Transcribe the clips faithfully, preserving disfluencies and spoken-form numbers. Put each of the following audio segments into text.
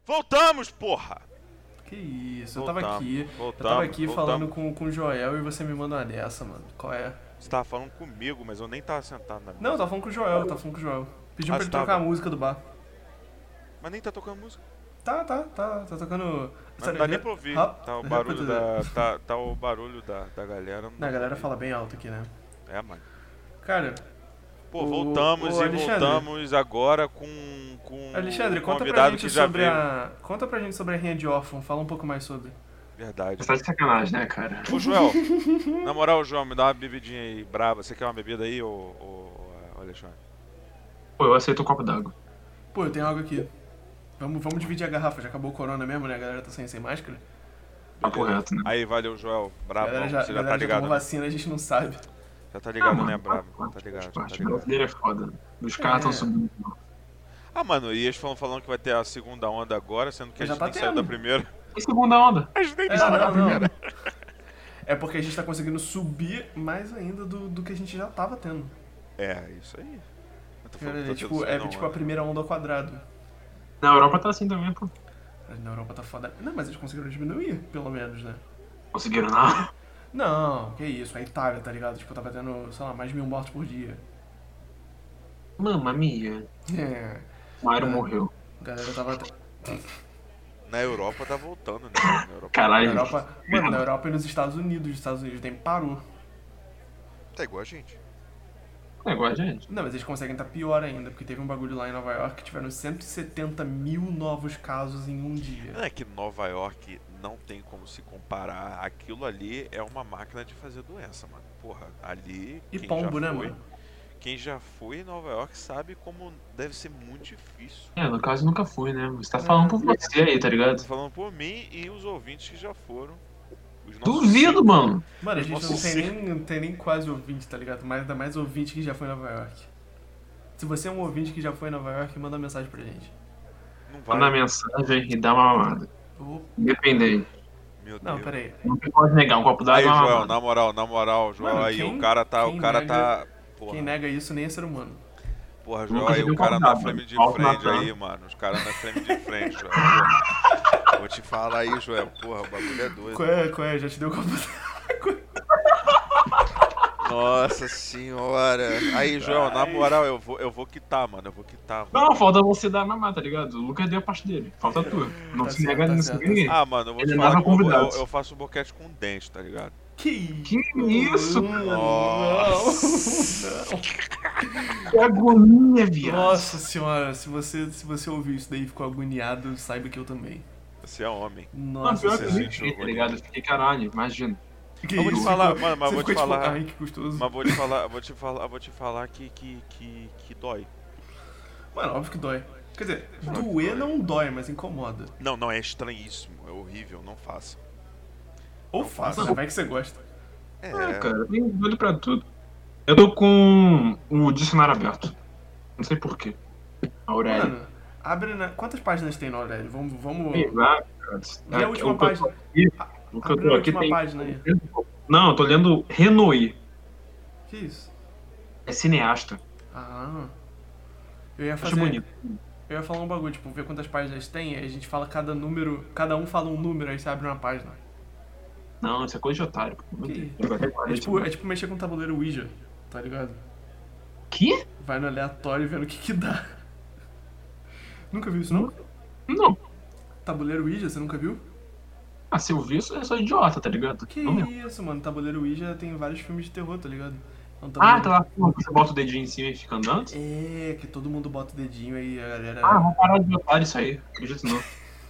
Voltamos, porra! Que isso, Voltamos, eu tava aqui, voltamos, eu tava aqui voltamos. falando com, com o Joel e você me manda uma dessa, mano. Qual é? Você tava falando comigo, mas eu nem tava sentado na mesa. Não, eu tava falando com o Joel, eu tava falando com o Joel. Pediu Ah, pra você ele trocar tava? a música do bar. Mas nem tá tocando música. Tá, tá, tá, tá tocando... Mas não dá nem pra ouvir. Hop, Tá o hop, barulho hop. da. Tá, tá o barulho da, da galera. Não, Não, dá a galera pra fala bem alto aqui, né? ouvir. É, mano. Cara, Pô, O- voltamos o e Alexandre. voltamos agora com. com Alexandre, um conta pra convidado gente que já sobre veio. a... Conta pra gente sobre a Rinha de Órfão, fala um pouco mais sobre. Verdade. Você tá de sacanagem, né, cara? Ô, Joel, na moral, Joel, me dá uma bebidinha aí braba. Você quer uma bebida aí, ô, ô, ô Alexandre? Pô, eu aceito um copo d'água. Pô, eu tenho algo aqui. Vamos, vamos dividir a garrafa, já acabou o corona mesmo, né? A galera tá sem, sem máscara. Papo reto, né? Aí, valeu, Joel. A Brabo, galera não, já, você a já galera tá já ligado, tomou né? vacina, a gente não sabe. Já tá ligado, Ah, né, mano, brabo? faz Tá ligado, já parte. tá O ligado. brasileiro é foda. Os caras tão É. subindo. Ah, mano, e eles falam falando que vai ter a segunda onda agora, sendo que a Já gente tá nem saiu tendo. da primeira. E segunda onda? A gente nem É, saiu da não, não. primeira. É porque a gente tá conseguindo subir mais ainda do, do que a gente já tava tendo. É, isso aí. Eu tô falando que É, tá tipo, tendo é segunda tipo a onda. primeira onda ao quadrado. Na Europa tá assim também, pô. Na Europa tá foda. Não, mas eles conseguiram diminuir, pelo menos, né? Conseguiram não? Não, que isso, a Itália, tá ligado? Tipo, tava tendo, sei lá, mais de mil mortos por dia. Mamma mia. É, Mairo É. morreu. a galera tava... Na Europa tá voltando, né? Na Europa Na Caralho. Europa... Mano, na Europa e nos Estados Unidos, os Estados Unidos tem parou. tá igual a gente. É igual a gente. Não, mas eles conseguem estar pior ainda, porque teve um bagulho lá em Nova York que tiveram cento e setenta mil novos casos em um dia. Não é que Nova York não tem como se comparar. Aquilo ali é uma máquina de fazer doença, mano. Porra, ali. E quem pombo, já né, foi, mano? Quem já foi em Nova York sabe como deve ser muito difícil. É, no caso nunca fui, né? Você tá falando por você aí, tá Tô ligado? falando por mim e os ouvintes que já foram. Os nossos Duvido, cinco- mano. Mano, a gente não Nossa, tem sim. nem, não tem nem quase ouvinte, tá ligado? Mas ainda mais ouvinte que já foi em Nova York. Se você é um ouvinte que já foi em Nova York, manda uma mensagem pra gente. Não vai. Manda mensagem e dá uma mamada. Opa. Independente. Meu Deus. Não, peraí. Não pode negar um copo d'água Aí, é uma Joel, mamada. na moral, na moral, Joel, Mano, aí, quem- o cara tá. quem O cara nega- tá. Porra, Quem nega isso nem é ser humano. porra, Nunca Joel, aí tive o um cara na convidado, frame mano. de Falta frente na aí, mano. Os caras na frame de frente, Joel. Porra. Vou te falar aí, Joel. Porra, o bagulho é doido. Qual é, qual é? Já te deu o copo Nossa senhora. Aí, Joel, na moral, eu vou, eu vou quitar, mano. Eu vou quitar. Mano. Não, falta você dar a mamada, tá ligado? O Lucas deu a parte dele. Falta a tua. Não Tá se certo, nega tá não certo, se tá ninguém. Ah, mano, eu vou Ele te falar leva que eu, eu, convidados. eu faço boquete com dente, tá ligado? Que Que isso? Nossa. Que agonia, viado. Nossa senhora, se você, se você ouviu isso daí e ficou agoniado, saiba que eu também. Você é homem. Não, Nossa pior que eu você nem sentiu vi, tá agonia. ligado? Eu fiquei caralho, imagina. Que Eu vou te isso, falar, ficou- mano, mas você vou te ficou tipo, falar- ai, que gostoso. Mas vou te falar, vou te falar, vou te falar que, que, que, que dói. Mano, óbvio que dói. Quer dizer, Claro que doer dói. não dói, mas incomoda. Não, não, é estranhíssimo. É horrível, não faça. Ou Não faça, faço. né? Vai que você gosta. É, Ah, cara, tem doido pra tudo. Eu tô com o dicionário aberto. Não sei porquê. Aurélio. Mano, abre na... Quantas páginas tem na Aurélio? Vamos... vamos... Sei lá, cara. Vê a última o que eu tô página. aqui- O que eu Abre tô a aqui última tem. página aí. Não, eu tô lendo Renoir. Que isso? É cineasta. Ah. Eu ia Acho fazer... bonito. Eu ia falar um bagulho, tipo, ver quantas páginas tem, aí a gente fala cada número... Cada um fala um número, aí você abre uma página. Não, isso é coisa de otário. Meu Que- Deus. Eu vou até guardar É isso. tipo, é tipo mexer com um tabuleiro Ouija, tá ligado? Que? Vai no aleatório vendo o que que dá. Nunca viu isso, não? Não. Tabuleiro Ouija, você nunca viu? Ah, se eu vi isso, eu sou idiota, tá ligado? Que Não mesmo. isso, mano. Tabuleiro Ouija tem vários filmes de terror, tá ligado? É um Ah, tabuleiro- tá lá, você bota o dedinho em cima e fica andando? É, que todo mundo bota o dedinho aí, a galera... Ah, vou parar de otário isso aí. Acredito não.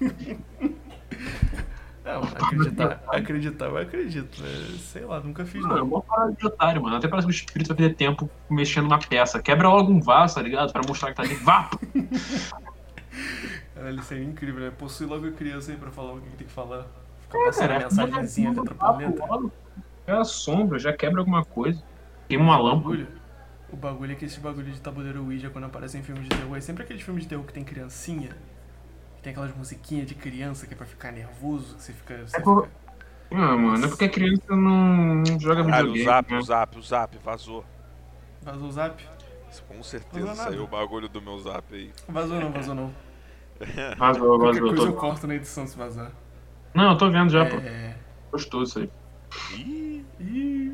Não, acreditar, acreditar, eu acredito. né? Sei lá, nunca fiz, Não, eu não. vou parar de otário, mano. Até parece que o espírito vai perder tempo mexendo na peça. Quebra logo um vaso, tá ligado? Pra mostrar que tá ali. Vá! Caralho, isso aí é incrível, né? Possui logo a criança aí pra falar o que que tem que falar. Ficar passando Cara, a mensagenzinha muda letra o por papo letra. logo. É a sombra, já quebra alguma coisa. Queima uma O lâmpada. bagulho, o bagulho é que esse bagulho de tabuleiro Ouija, quando aparece em filmes de terror, é sempre aqueles filmes de terror que tem criancinha, que tem aquelas musiquinhas de criança que é pra ficar nervoso, que você fica... Você É por- fica... Ah, mano, é porque a criança não, não joga Caralho, o videogame. zap, né? o zap, o zap, vazou. Vazou o zap? Com certeza Vazou nada. saiu o bagulho do meu zap aí. Vazou não, vazou não. Vazou, Qualquer vazou. coisa eu Tô... corto na edição se vazar. Não, eu tô vendo já, pô. É. Gostoso isso aí. Ih, Ih,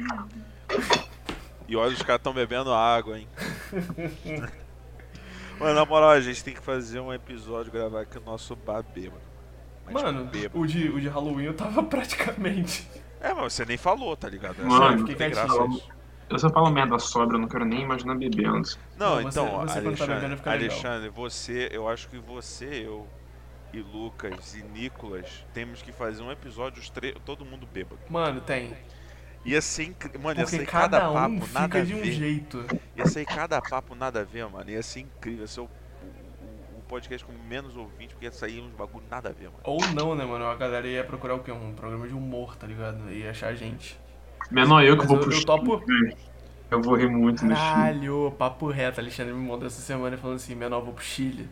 e olha, os caras tão bebendo água, hein? Mano, na moral, a gente tem que fazer um episódio, gravar aqui o nosso bar bêbado. Mas Mano, bêbado. o de, o de Halloween eu tava praticamente. É, mas você nem falou, tá ligado? Essa Mano, não fiquei tem graça quietinho. isso. Eu só falo merda sobra, eu não quero nem imaginar bebendo. Não, Não, você- então, você quando tá bebendo Alexandre, fica legal. Alexandre, você, eu acho que você, eu e Lucas e Nicolas temos que fazer um episódio, os três, todo mundo bêbado. Mano, tem. Ia ser incrível. Mano, ia Porque ser cada, cada papo, um nada fica a de um ver. jeito. Ia ser cada papo nada a ver, mano. Ia ser incrível. Ia ser o, o, o podcast com menos ouvintes, porque ia sair uns bagulho nada a ver, mano. Ou não, né, mano? A galera ia procurar o quê? Um programa de humor, tá ligado? Ia achar a gente. Menor eu que Mas vou eu- pro eu Chile, topo- velho. Eu vou rir muito no Chile. Caralho, papo reto. Alexandre me mandou essa semana falando assim: menor, vou pro Chile.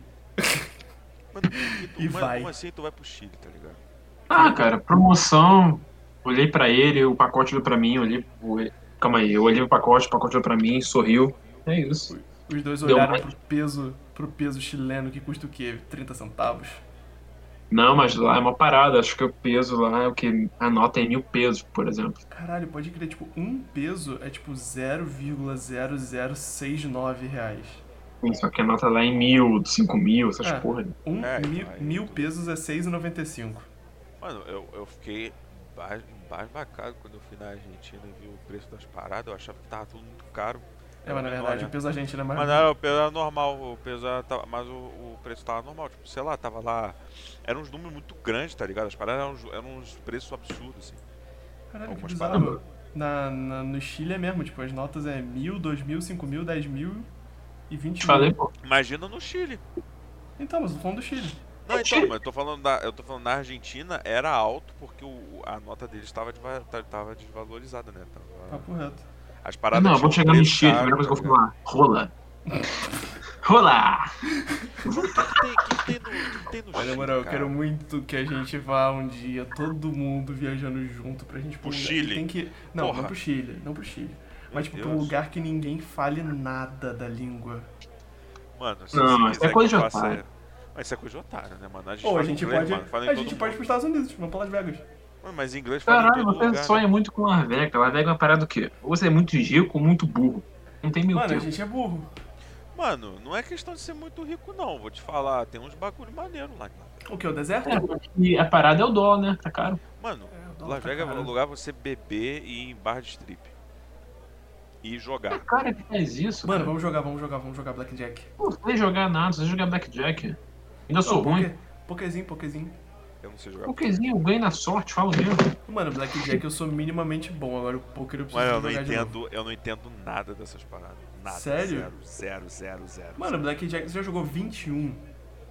Mano, e tu, E mano, vai. como assim tu vai pro Chile, tá ligado? Ah, cara, promoção. Olhei pra ele, o pacote olhou pra mim, olhei. olhei- Calma aí, eu olhei o pacote, o pacote olhou pra mim, sorriu. É isso. Os dois Deu olharam mais. pro peso, pro peso chileno, que custa o quê? trinta centavos? Não, mas lá é uma parada, acho que o peso lá é o que? A nota é mil pesos, por exemplo. Caralho, pode crer, tipo, um peso é tipo zero vírgula zero zero seis nove reais. Sim, só que a nota lá é em mil, cinco mil, essas É. porra. Um É, mil, então, aí mil tu- pesos é seis reais e noventa e cinco. Mano, eu, eu fiquei bas- embasbacado quando eu fui na Argentina e vi o preço das paradas. Eu achava que tava tudo muito caro. É, mas na verdade Olha. o peso argentino é mais. Mas não era, o peso era normal, o peso era, tava- mas o, o preço tava normal, tipo, sei lá, tava lá. Eram uns números muito grandes, tá ligado? As paradas eram, uns- eram uns preços absurdos, assim. Caralho, que algumas bizarro. Na, na- no Chile é mesmo, tipo, as notas é mil, dois mil, cinco mil, dez mil e vinte Te mil. falei, pô. Imagina no Chile. Então, mas eu tô falando do Chile. Não, então, mas eu tô falando da, eu tô falando na Argentina era alto porque o, a nota deles estava deva- ta- tava desvalorizada, né? Tava- Papo reto. as paradas Não, eu vou tinham chegar no preço Chile, a caro, primeira coisa que eu tá vou falar. Rola. Rola! ligado? O que que tem, o que que tem no, o que que tem no Mas na Chile, moral, eu cara? quero muito que a gente vá um dia, todo mundo viajando junto pra gente ir pra um Pro lugar- Chile? e Tem que... Não, Porra. não pro Chile, não pro Chile. Mas tipo, pra um Deus. lugar que ninguém fale nada da língua. Mano, se Não, você mas quiser é coisa que eu de faça- otário. Mas isso é coisa de otário, né, mano? A gente Ou a fala gente inglês, pode. mano, fala em A todo gente pode ir mundo. pros Estados Unidos, vamos pra Las Vegas. Mano, mas inglês fala em Caralho, todo você lugar, sonha né? muito com Las Vegas. Las Vegas é uma parada do quê? Ou você é muito rico ou muito burro. Não tem meio Mano, a termo. gente é burro. Mano, não é questão de ser muito rico, não. Vou te falar, tem uns bagulho maneiro lá. O que, o deserto? É, porque a parada é o dólar, né? Tá caro. Mano, É, o dólar Las tá Vegas é caro. um lugar pra você beber e ir em bar de strip. E jogar. O cara que faz isso. Mano, cara. vamos jogar, vamos jogar, vamos jogar Blackjack. Pô, não sei jogar nada, só sei jogar Blackjack. Ainda sou Não, ruim. poké- Pokézinho, pokézinho. Eu não sei jogar. Pokézinho, eu ganho na sorte, falo mesmo. Mano, Blackjack eu sou minimamente bom, agora o poker eu preciso Mas eu não jogar de novo. entendo, eu não entendo nada dessas paradas. Nada. Sério? Zero, zero, zero, zero. Mano, Blackjack, você já jogou vinte e um?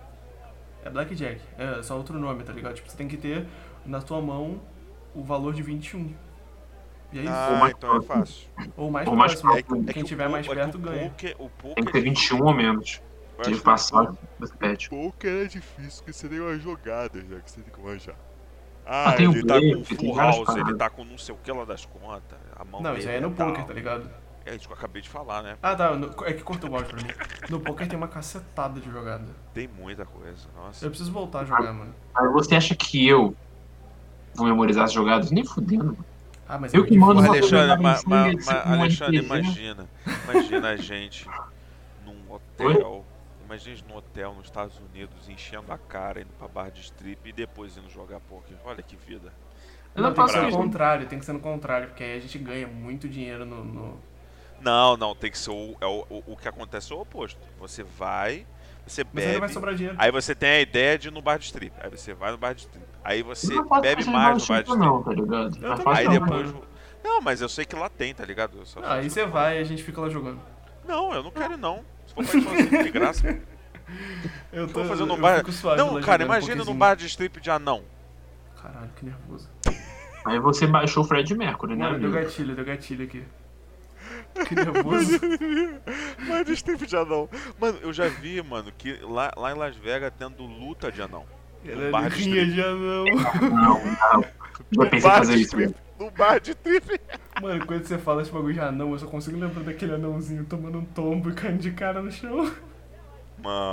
É Blackjack, é só outro nome, tá ligado? Tipo, você tem que ter na tua mão o valor de vinte e um. E é isso. Ah, mais então é fácil. Ou mais ou mais próximo. próximo. É Quem que tiver o mais po- é perto que o ganha. poker, o poker Tem que ter é vinte e um ou menos. Eu Se acho que passar, você pede. o poker é difícil, porque você tem umas jogadas já que você tem que manjar. Ah, Ah, tem o ele tá blefe, com tem full várias house, ele paradas. tá com não sei o que lá das contas. A mão Não, dele isso aí é no tal. poker, tá ligado? É isso que eu acabei de falar, né? Ah, tá. no- É que cortou o áudio pra mim. No poker tem uma cacetada de jogada. Tem muita coisa, nossa. Eu preciso voltar a jogar, mano. Aí você acha que eu vou memorizar as jogadas? Nem fudendo. Ah, mas Eu é que muito mando Ô, difícil. uma Alexandre, ma, jogada ma, em ma, sangue, assim, Alexandre, um R P G. imagina. Imagina a gente num hotel. Imagina a gente num hotel nos Estados Unidos, enchendo a cara, indo pra bar de strip e depois indo jogar poker. Olha que vida. Eu Não, não tem que faço ser no isso. contrário, tem que ser no contrário, porque aí a gente ganha muito dinheiro no... no- Não, não, tem que ser o, é o, o, o que acontece é o oposto. Você vai, você Mas ainda vai bebe, sobrar dinheiro. aí você tem a ideia de ir no bar de strip. Aí você vai no bar de strip. Aí você Eu não faço bebe isso mais no no bar de strip. não, tá ligado? Eu Não é também fácil Aí não, depois. mano. Não, mas eu sei que lá tem, tá ligado? Eu só- Ah, aí só- você vai e a gente fica lá jogando. Não, eu não quero ir, não. Se for pra ir sozinho, de graça. Eu Vou fazer no eu bar. fico suave Não, lá cara, jogando imagina num pokerzinho. bar de strip de anão. Caralho, que nervoso. Aí você baixou o Fred Mercury, né? Mano, deu amigo? gatilho, deu gatilho aqui. Que nervoso. Bar de strip de anão. Mano, eu já vi, mano, que lá, lá em Las Vegas tendo luta de anão. Era bar de rinha strip. já não. Não, não. Já No pensei em bar fazer de isso, velho. strip. No bar de strip. Mano, quando você fala esse bagulho de anão, eu só consigo lembrar daquele anãozinho tomando um tombo e caindo de cara no chão. Mano.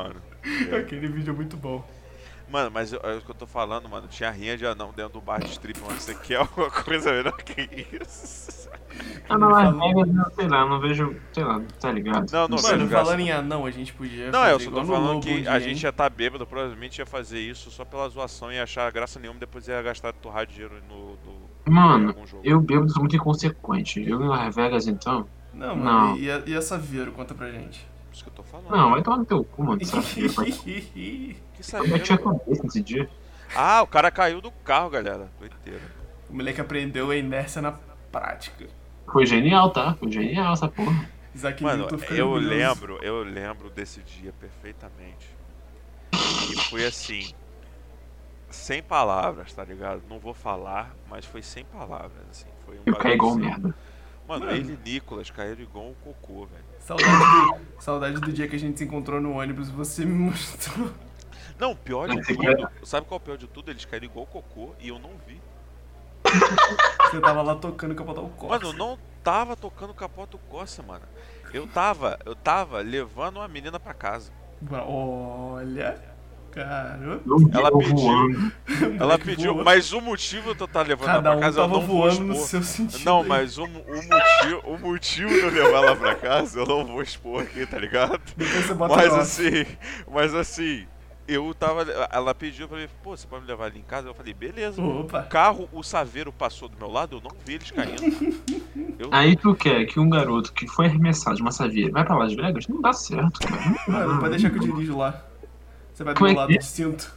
Aquele vídeo é muito bom. Mano, mas eu- é o que eu tô falando, mano. Tinha rinha de anão dentro do bar de strip, mano. Isso aqui é alguma coisa melhor que isso. Ah, não, Ele Las fala- Vegas, não, sei lá, não vejo, sei lá, tá ligado? Não, não sei. vejo Mano, graça. falando em anão, a gente podia. Não, fazer eu só tô igual no falando Lobo que de a Yen. gente ia estar bêbado, provavelmente ia fazer isso só pela zoação e achar graça nenhuma, depois ia gastar, torrar dinheiro no, no- em Mano, algum jogo. eu bebo sou muito inconsequente. Eu em Las Vegas, então. Não, mano, Não. E, e a, e a Saveiro? Conta pra gente. Por isso que eu tô falando. Não, vai tomar no teu cu, mano. Sabe? Que Eu saber, bati a mano. cabeça nesse dia. Ah, o cara caiu do carro, galera. Doideira. O moleque aprendeu a inércia na prática. Foi genial, tá? Foi genial essa porra. Isaac Mano, Newton ficou eu orgulhoso. lembro, eu lembro desse dia perfeitamente. E foi assim, sem palavras, tá ligado? Não vou falar, mas foi sem palavras, assim. Foi um Eu caí igual bagulho assim. merda. Mano, Mano. ele e Nicolas caíram igual um cocô, velho. Saudade do, saudade do dia que a gente se encontrou no ônibus e você me mostrou. Não, o pior de Esse tudo, sabe qual é o pior de tudo? Eles caíram igual cocô e eu não vi. Você tava lá tocando Capotal Corsa. Mano, eu não tava tocando Capota Corsa, mano. Eu tava, eu tava levando uma menina pra casa. Olha, cara. Ela Eu pediu- voando. Ela pediu, mas o motivo de eu estar levando ela Cada pra um casa eu tava não vou voando no expor. seu sentido. Não, aí. mas o, o motivo, o motivo de eu levar ela pra casa eu não vou expor aqui, tá ligado? Depois você bota Mas no assim, mas assim, eu tava, ela pediu pra mim, pô, você pode me levar ali em casa? Eu falei, beleza. O Opa. carro, o Saveiro passou do meu lado, eu não vi eles caindo. Eu, Aí tu quer que um garoto que foi arremessado de uma saveira vai pra Las Vegas? Não dá certo, cara. Mano, pode deixar que eu dirijo lá. Você vai do Como meu é lado que é? distinto.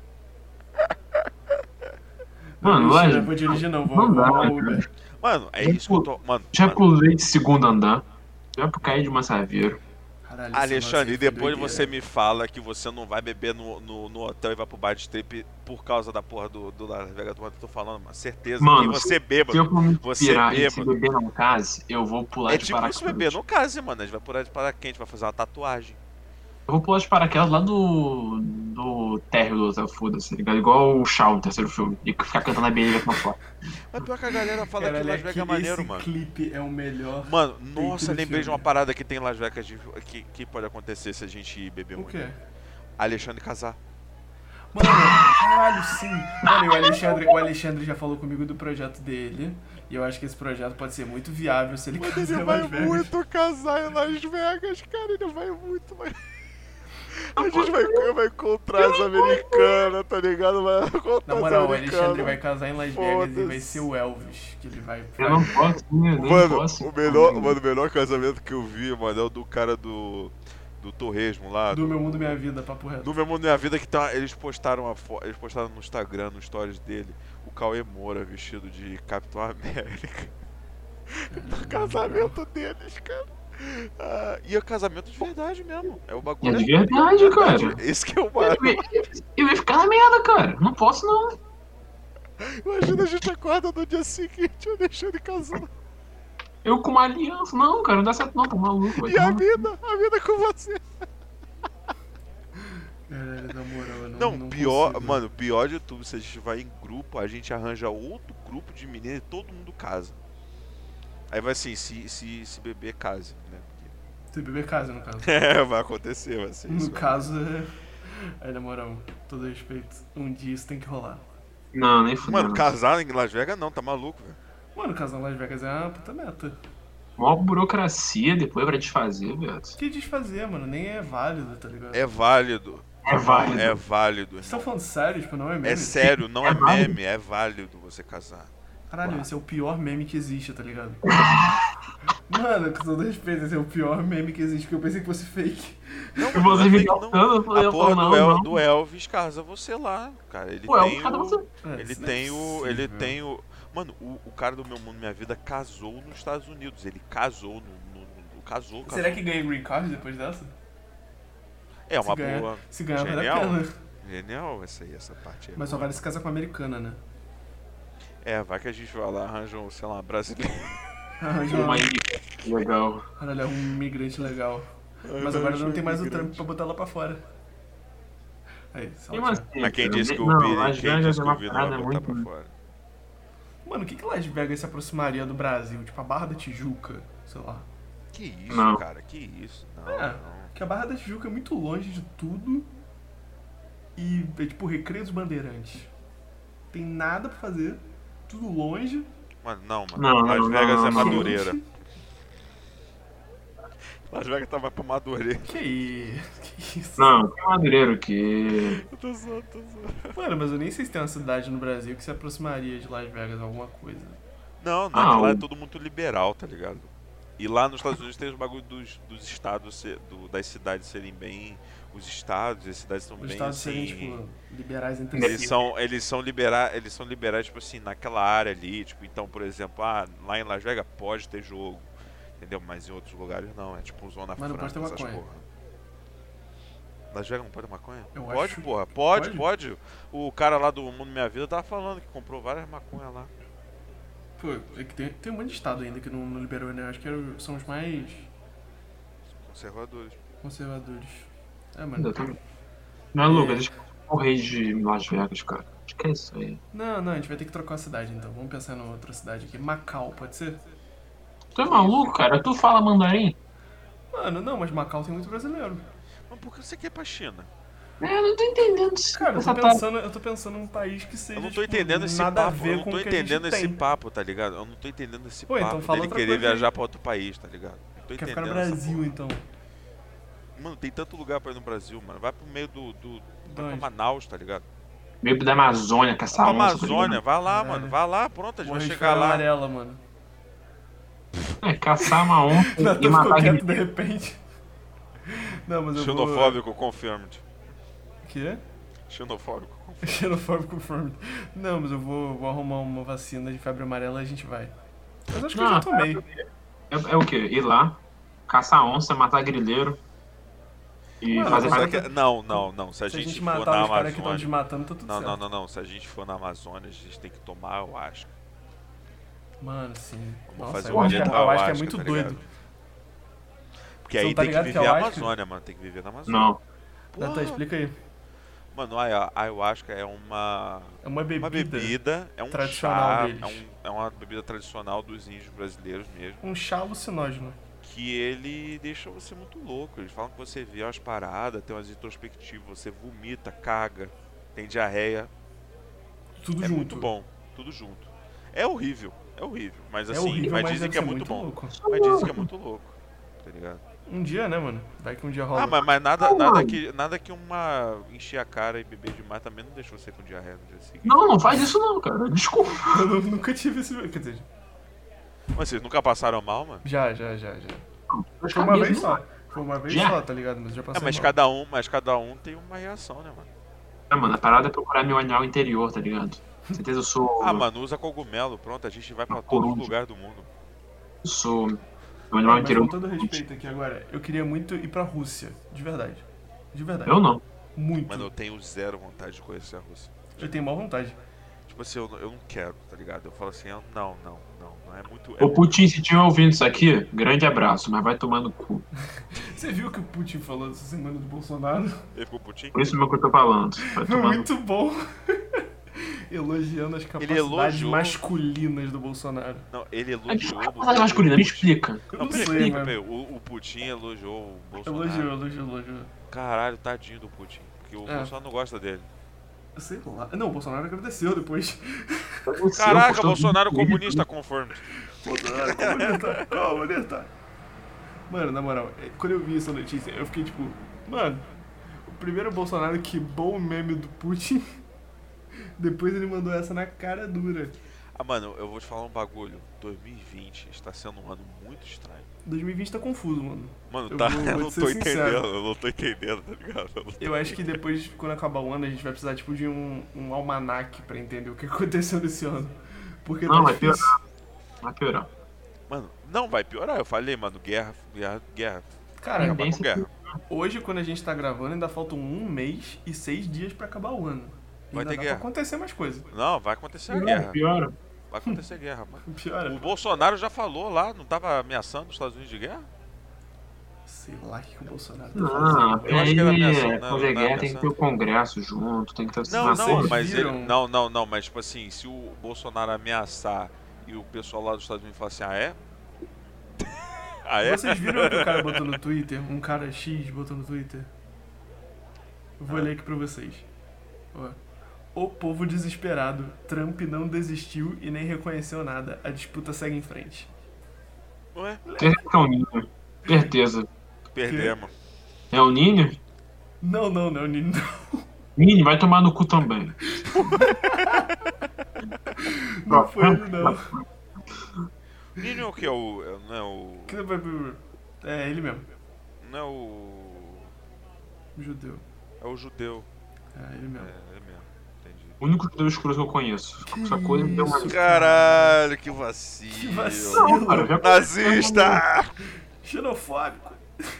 Mano, Não, Las- mentira, eu vou dirigir não, vou, Não vou dá, arrumar cara. o Uber. mano, é isso que eu tô, mano, Já mano, pulei de segundo andar. Já caí de uma saveira. Caralho, esse lance Alexandre, aí e foi depois doideira. você me fala que você não vai beber no, no, no hotel e vai pro bar de strip por causa da porra do, do Las Vegas, eu tô falando, mano, certeza Mano, que você beba. Se eu for me Você inspirar e se bêbado. beber não case, eu vou pular É de tipo paraquedas. isso beber no case, mano. A gente vai pular de paraquedas, vai fazer uma tatuagem. Eu vou pular de paraquedas lá do. do térreo do hotel, foda-se, tá ligado? Igual o Shaw no terceiro filme. E ficar cantando a beleza na foto. Mas pior que a galera fala Caralho, que Las Vegas é aqui maneiro, esse mano. clipe é o melhor. Mano, Feito nossa, no lembrei de filme. uma parada que tem em Las Vegas de- que, que pode acontecer se a gente beber O muito. quê? Alexandre casar. Mano, caralho, sim. Mano, e o Alexandre, o Alexandre já falou comigo do projeto dele. E eu acho que esse projeto pode ser muito viável se ele Mano, casar ele em vai Las Vegas. muito casar em Las Vegas, cara. Ele vai muito, vai. A gente vai, vai encontrar as americanas, tá ligado? Vai encontrar Na moral, as o americanas. Alexandre vai casar em Las Vegas e vai Foda-se. ser o Elvis. Que ele vai. Eu não posso, né? Eu não Mano, posso. o melhor, mano, o melhor casamento que eu vi, mano, é o do cara do. Do Torresmo lá. Do meu mundo, minha vida, papo reto. Do Meu Mundo Minha Vida, que tá, eles postaram a fo- eles postaram no Instagram, no stories dele, o Cauê Moura vestido de Capitão América. No casamento deles, cara. Ah, e é casamento de verdade mesmo. É o É bagulho. de verdade, cara. Esse que é o Eu barato. ia, eu ia ficar na merda, cara. Não posso, não. Imagina a gente acorda no dia seguinte, eu deixando ele casando. Eu com uma aliança. Não, cara, não dá certo, não. Tô maluco. vai E a tomar- vida, a vida com você. Caralho, na moral, eu não. Não, não pior, consigo. mano, pior de tudo, se a gente vai em grupo, a gente arranja outro grupo de meninas e todo mundo casa. Aí vai assim, se, se, se beber, case, né? Se beber casa, no caso. É, vai acontecer, vai ser isso. No caso, é. Aí, na moral, todo respeito, um dia isso tem que rolar. Não, nem fudeu. Mano, casar em Las Vegas não, tá maluco, velho. Mano, casar em Las Vegas é uma puta meta. Mó burocracia depois pra desfazer, velho. O que desfazer, mano? Nem é válido, tá ligado? É válido. É válido. É válido. Vocês estão irmão. falando sério? Tipo, não é meme? É sério, não é É válido. meme, é válido você casar. Caralho, esse é o pior meme que existe, tá ligado? Mano, com todo respeito, esse é o pior meme que existe, porque eu pensei que fosse fake. Não, Eu mano, vou não é vir fake, não. gastando, eu falei, A eu porra falo, não, do, El- não. do Elvis casa você lá, cara. Ele Pô, tem é cada o. você. É, Ele isso não é tem o. Ele possível. tem o. Mano, o, o cara do Meu Mundo Minha Vida casou nos Estados Unidos. Ele casou no. no, no- casou, casou. Será que ganha green card depois dessa? É uma se ganhar, boa. Se ganhar, vale a Genial. pena. Genial essa aí, essa parte aí. Mas só vale se casar com a americana, né? É, vai que a gente vai lá, arranja um, sei lá, um brasileiro. Arranja Uma uma... ilha. Legal. Caralho, é um imigrante legal. Mas agora não tem mais o trampo pra botar ela pra fora. Aí, Tem salve. umas- Mas quem disse que o Não, Billy, Las quem Vegas disse é que o uma Billy não vai parada botar pra muito- fora? Mano, o que que Las Vegas se aproximaria do Brasil? Tipo, a Barra da Tijuca, sei lá. Que isso, Não. cara, que isso. Não, É. não. Porque a Barra da Tijuca é muito longe de tudo. e é tipo Recreio dos Bandeirantes. Tem nada pra fazer, tudo longe. Mano, não, mano. Não, Las não, Vegas não, é não. Madureira. Las Vegas tá mais pra Madureira. Que isso? Que isso? Não, tem Madureiro que. Eu tô zoando, tô zoando. Mano, mas eu nem sei se tem uma cidade no Brasil que se aproximaria de Las Vegas alguma coisa. Não, não, Ah, que lá é o- tudo muito liberal, tá ligado? E lá nos Estados Unidos tem os bagulho dos, dos estados, ser- do- das cidades serem bem. Os estados e as cidades são Os bem estados assim. seriam, tipo, liberais entre Eles si. são, eles são liberais, eles são liberais, tipo assim, naquela área ali, tipo, então, por exemplo, ah, lá em Las Vegas pode ter jogo, entendeu? Mas em outros lugares não, é tipo Zona Mas não pode Franca, ter essas maconha. porra. Las Vegas não pode ter maconha? Eu pode, acho- porra, pode, pode? pode. O cara lá do Mundo Minha Vida tava falando que comprou várias maconhas lá. Pô, é que tem, tem um monte de estado ainda que não, não liberou, né? Acho que era- são os mais Conservadores. conservadores. É, mano. Ainda tem- Não é, Lucas, deixa eu morrer de Las Vegas, cara. Esquece isso aí. Não, não, a gente vai ter que trocar a cidade então. Vamos pensar numa outra cidade aqui. Macau, pode ser? Tu é maluco, cara? Tu fala mandarim? Mano, não, mas Macau tem muito brasileiro. Mas por que você quer ir pra China? É, eu não tô entendendo isso. Cara, eu tô Essa parada. pensando, eu tô pensando num país que seja. Eu não tô tipo, entendendo esse nada a papo, ver eu não com tô o que a entendendo gente esse tem. papo, tá ligado? Eu não tô entendendo esse Pô, então papo fala dele outra querer coisa aí. viajar pra outro país, tá ligado? Não tô Quer entendendo ficar no essa Brasil, porra. então. Mano, tem tanto lugar pra ir no Brasil, mano. Vai pro meio do. do vai pra onde? Manaus, tá ligado? Meio da Amazônia, com essa Pra onça, tá Amazônia, ligado? vai lá, Caralho. mano. Vai lá, pronto, a gente Morrer vai de chegar febre lá. amarela, mano. É, caçar uma onça e Natan ficou matar quieto aquele... de repente. Não, mas eu vou... Xenofóbico confirmed. Quê? Xenofóbico confirmed. Xenofóbico confirmed. Não, mas eu vou, vou arrumar uma vacina de febre amarela e a gente vai. Mas acho que eu Não, já tomei. É, é o quê? Ir lá, caçar onça, matar grileiro e Mano, fazer... mas Será é que- Não, não, não. Se a Se a gente, gente for matar na os caras que estão Amazônia. desmatando, tá tudo Não, certo. não, não, não. Se a gente for na Amazônia, a gente tem que tomar, eu acho. Mano, sim. Vamos Nossa, fazer eu uma acho que dieta eu acho que é ayahuasca, muito tá doido. ligado? Porque Você aí não tá tem que ligado que viver a ayahuasca- Amazônia, mano. Tem que viver na Amazônia. Não. Natan, Porra. explica aí. Mano, a ayahuasca é uma. É uma bebida. Uma bebida, é um tradicional chá, deles. é, um, é uma bebida tradicional dos índios brasileiros mesmo, Um chá alucinógeno. que ele deixa você muito louco. Eles falam que você vê umas paradas, tem umas introspectivas, você vomita, caga, tem diarreia. Tudo É junto. muito bom, tudo junto. É horrível, é horrível, mas É assim, horrível, mas mas dizem deve que é ser muito bom. louco. Mas dizem que é muito louco, tá ligado? Um dia, né, mano? Vai que um dia rola. Ah, mas, mas nada, Não, nada, mano. que, nada que uma encher a cara e beber demais também não deixa você com diarreia no dia seguinte. Não, não faz isso não, cara. Desculpa. Eu nu- nunca tive esse... Quer dizer, Mas vocês nunca passaram mal, mano? já, já, já, já. Mas Foi uma cabeça vez não só. Foi uma vez Já? só, tá ligado? Mas já É, passei mas mal. cada um, mas cada um tem uma reação, né, mano? É, mano, a parada é procurar meu anel interior, tá ligado? Com certeza eu sou... Ah, mano, usa cogumelo, pronto, a gente vai pra Uma todos os coruja. lugares do mundo. Eu sou... Meu Ah, anel mas interior... com todo respeito aqui agora, eu queria muito ir pra Rússia. De verdade. De verdade. Eu não. Muito. Mano, eu tenho zero vontade de conhecer a Rússia. Eu tenho mal vontade. Tipo assim, eu, não- eu não quero, tá ligado? Eu falo assim, eu- não, não, não, não é muito... É Ô Putin, se estiver ouvindo isso aqui, grande abraço, mas vai tomar no cu. Você viu o que o Putin falou essa semana do Bolsonaro? Ele ficou putinho? Por isso mesmo que eu tô falando. Vai Foi tomar no... muito bom. Elogiando as capacidades elogiou- masculinas do Bolsonaro. Não, ele Mas que elogiou... capacidade masculina? Me explica. Eu Não, não peraí, sei, peraí, mano. peraí, o, o Putin elogiou o Bolsonaro. Elogiou, elogiou, elogiou. Caralho, tadinho do Putin. Porque o É. Bolsonaro não gosta dele. Sei lá. Não, o Bolsonaro agradeceu depois. Caraca, postou Bolsonaro vídeo dele. comunista confirmed. Bolsonaro, comunista. Comunista. Mano, na moral, é, quando eu vi essa notícia, eu fiquei tipo, mano, o primeiro Bolsonaro quebrou o meme do Putin, depois ele mandou essa na cara dura. Ah, mano, eu vou te falar um bagulho. dois mil e vinte está sendo um ano muito estranho. dois mil e vinte tá confuso, mano. Mano, Eu tá, vou- eu vou não ser tô sincero. entendendo, eu não tô entendendo, tá ligado? Eu não tô Eu acho que entendendo. depois, quando acabar o ano, a gente vai precisar, tipo, de um, um almanaque pra entender o que aconteceu nesse ano. Porque Não, tá vai difícil. piorar. Vai piorar. Mano, não vai piorar, eu falei, mano, guerra, guerra, guerra. Cara, Acabar com tendência guerra. hoje, quando a gente tá gravando, ainda faltam um mês e seis dias pra acabar o ano. Vai Ainda ter dá guerra. pra acontecer mais coisa. Não, vai acontecer a Piora, guerra. piora. Vai acontecer guerra, mano. Piora. O Bolsonaro já falou lá, não tava ameaçando os Estados Unidos de guerra? Sei lá o que, que o Bolsonaro tá Não, fazendo. Eu acho que era aí, ameaçando, né? fazer Não, guerra não, tem que ter o Congresso junto, tem que ter... Não, uma não, série- mas ele. viram? Não, não, não, mas tipo assim, se o Bolsonaro ameaçar e o pessoal lá dos Estados Unidos falar assim, ah é? ah é? Vocês viram o que o cara botou no Twitter? Um cara X botou no Twitter? Eu vou Ah. ler aqui pra vocês. Ó. O povo desesperado. Trump não desistiu e nem reconheceu nada. A disputa segue em frente. Ué? Certeza que é o Ninho. Certeza. Perdemos. É o Ninho? Não, não, não, Nino. Ninho, vai tomar no cu também. Não foi ele, não. Ninho é o que? É o. é- Não é o. Que vai- É ele mesmo. Não é o. O judeu. É o judeu. É ele mesmo. É, é mesmo. Entendi. O único judeu escuro que eu conheço. Que Essa coisa me deu uma. isso? Caralho, que vacilo. Que vacilo. Não, cara, já Nazista! Xenofóbico.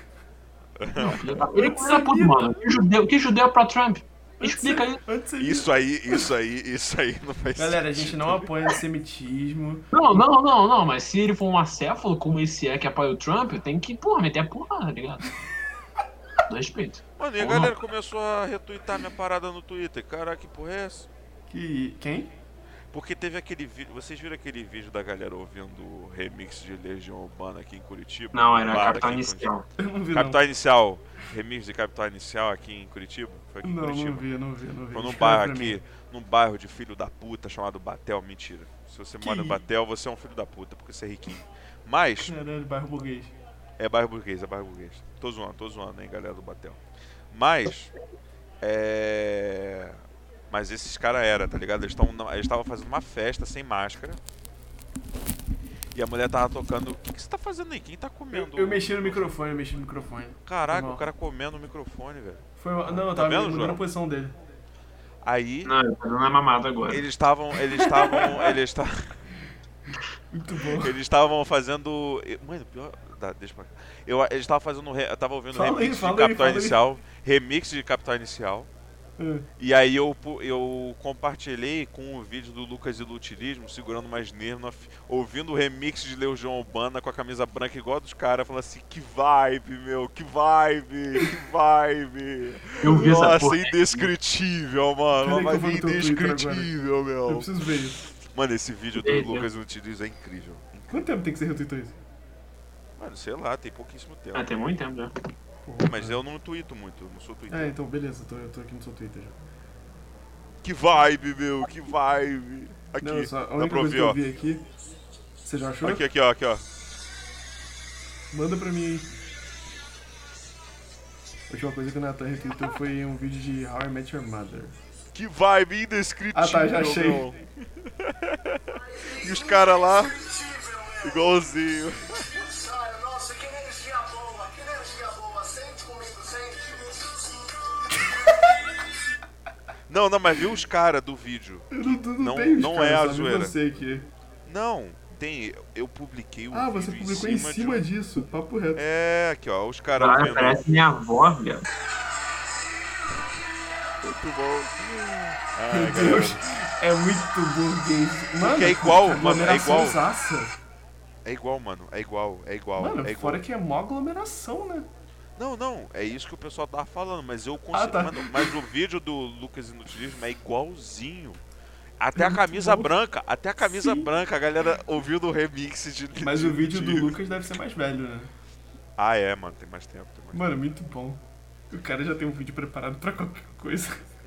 Ele é puto, mano. Que judeu, que judeu pra Trump? Explica aí. Antissemita. Isso aí, isso aí, isso aí não faz Galera, a sentido. gente não apoia antissemitismo. Não, não, não, não, mas se ele for um acéfalo como esse é que apoia o Trump, tem que, porra, meter a porra, tá ligado? Dá respeito. Mano, e a Porra. galera começou a retweetar minha parada no Twitter. Caraca, que porra é essa? Que. Quem? Porque teve aquele vídeo. Vocês viram aquele vídeo da galera ouvindo o remix de Legião Urbana aqui em Curitiba? Não, No era bar Capital aqui em Inicial. Eu não vi, Curitiba. Capital Inicial. Remix de Capital Inicial aqui em Curitiba? Foi aqui não. em Não, Curitiba. não vi, não vi, não vi. Foi num Escreve bairro pra aqui, mim. num bairro de filho da puta chamado Batel. Mentira. Se você Que mora no i- Batel, você é um filho da puta, porque você é riquinho. Mas, Caralho, bairro burguês. é bairro burguês, é bairro burguês. Tô zoando, tô zoando, hein, galera do Batel. Mas, é... Mas esses caras eram, tá ligado? Eles estavam fazendo uma festa sem máscara. E a mulher tava tocando... O que, que você tá fazendo aí? Quem tá Eu, comendo? eu mexi no microfone, eu mexi no microfone. Caraca, Foi mal. o cara comendo o microfone, velho. Foi mal. Não, eu Tá tava vendo, mudando João? a posição dele. Aí, Não, ele tá dando a mamada agora. eles estavam... Eles estavam... Eles estavam... Muito bom. Eles estavam fazendo. Mano, pior. Tá, deixa pra cá. Eu, eles estavam fazendo. re- Eu tava ouvindo Fala aí, remix fala de aí, Capital fala aí. Inicial. Remix de Capital Inicial. É. E aí eu, pu- eu compartilhei com o vídeo do Lucas Ilutilismo segurando uma Smirnoff, ouvindo o remix de Legião Urbana com a camisa branca igual a dos caras, falando assim, que vibe, meu, que vibe, que vibe. Eu vi essa Nossa, porra. indescritível, mano. Peraí que Uma eu vou vibe no teu Twitter agora. indescritível, Eu meu. preciso ver isso. Mano, esse vídeo do Ei, Lucas Ilutilismo é incrível. Quanto tempo tem que você retweetou isso? Mano, sei lá, tem pouquíssimo tempo. Ah, tem muito tempo já. Porra, Mas cara. eu não tuito muito, eu não sou É, Twitter. então beleza, eu tô, eu tô aqui no seu Twitter já. Que vibe, meu, que vibe. Aqui, Não, só, a dá única pra coisa que ouvir, eu ó. vi aqui. Você já achou? Aqui, aqui, ó, aqui, ó. Manda pra mim aí. A última coisa que o Nathan retweetou foi um vídeo de How I Met Your Mother. Que vibe indescritível, Ah, tá, já achei. meu. E os caras lá, igualzinho. Cara, nossa, que energia boa, que energia boa. Sente comigo, sente. Não, não, mas viu os caras do vídeo. Eu não, não, Não- tenho os não caras, é a só vi zoeira. você aqui. Não, tem, eu publiquei o Ah, vídeo você publicou em cima de... disso, papo reto. É, aqui, ó, os caras Caralho, ouvindo. parece minha avó, viado. Muito bom. Ai, Meu galera. Deus, é muito burguês. Mano, Porque é igual, mano, é aglomeração igual. zaça. É igual, mano, é igual, é igual, Mano, é igual. fora que é mó aglomeração, né? Não, não, é isso que o pessoal tava falando, mas eu Ah, consigo. tá. Mano, mas o vídeo do Lucas Inutilismo é igualzinho. Até a camisa bom. branca, até a camisa Sim. branca, a galera ouvindo o remix de. Mas de o vídeo do Inutilismo. Lucas deve ser mais velho, né? Ah, é, mano, tem mais tempo. Tem mais Mano, muito bom. O cara já tem um vídeo preparado pra qualquer coisa.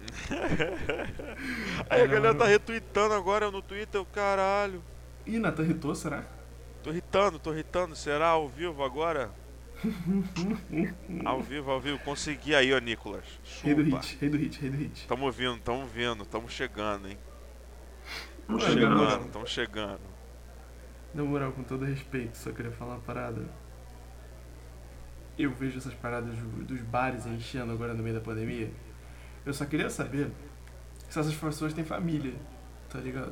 Aí a não, galera não. tá retweetando agora no Twitter, o caralho. Ih, Nathan irritou, será? Tô irritando, tô irritando, será ao vivo agora? Ao vivo, ao vivo, consegui aí, ó, Nicolas. Rei do Chupa. hit, rei do hit, rei do hit. Tamo vindo, tamo vindo, tamo chegando, hein? Tamo Mano, chegando. chegando, tamo chegando. Na moral, com todo respeito, só queria falar uma parada. Eu vejo essas paradas do- dos bares enchendo agora no meio da pandemia. Eu só queria saber se essas pessoas têm família, tá ligado?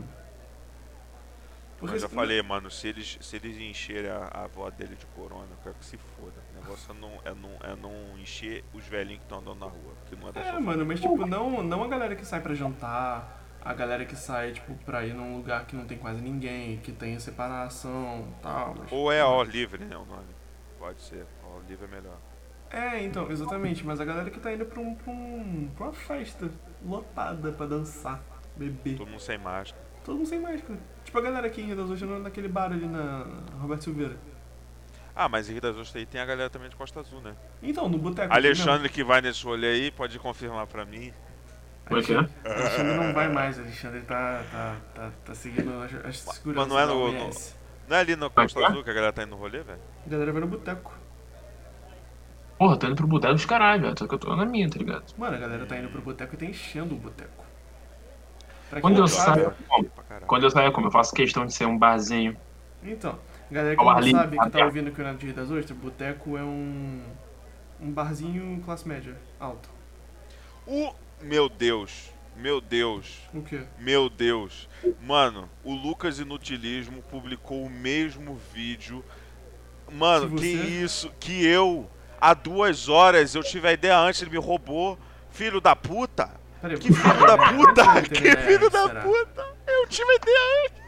Eu já se- falei, mano, se eles, se eles encherem a, a avó dele de corona, eu quero que se foda. O negócio é não, é não, é não encher os velhinhos que estão andando na rua, que não é da É, sua mano, mas tipo, não, não a galera que sai pra jantar, a galera que sai, tipo, pra ir num lugar que não tem quase ninguém, que tem separação e tal. Mas... Ou é ao livre, né, o nome. Pode ser, ao livre é melhor. É, então, exatamente, mas a galera que tá indo pra, um, pra, um, pra uma festa lotada pra dançar, beber. Todo mundo sem máscara. Todo mundo sem máscara. Tipo a galera aqui em Rio das Ostras, naquele bar ali na Roberto Silveira. Ah, mas em Rio das Ostras aí tem a galera também de Costa Azul, né? Então, no boteco. Alexandre que vai nesse rolê aí, pode confirmar pra mim. Como é que é? Alexandre não vai mais, Alexandre tá, tá, tá, tá seguindo as, as seguranças não é da no- O M S. Não é ali na Costa Azul que a galera tá indo no rolê, velho? A galera vai no boteco. Porra, tô indo pro boteco dos caralho, velho. Só que eu tô na minha, tá ligado? Mano, a galera tá indo pro boteco e tá enchendo o boteco. Pra quem Quando não eu sabe, saio, eu como. Pra caralho. Quando eu saio, eu como. Eu faço questão de ser um barzinho. então, galera que Ao não ar livre, sabe, que tá aberto. ouvindo aqui o Neto de Rio das Ostras, boteco é um. um barzinho classe média, alto. O... Meu Deus. Meu Deus. O quê? Meu Deus. Mano, o Lucas Inutilismo publicou o mesmo vídeo. Mano, Que que você? isso? Que eu, há duas horas, eu tive a ideia antes, ele me roubou. Filho da puta. Peraí, Que você filho teve da ideia? puta. Você teve Que ideia filho antes, da será? puta. Eu tive a ideia antes.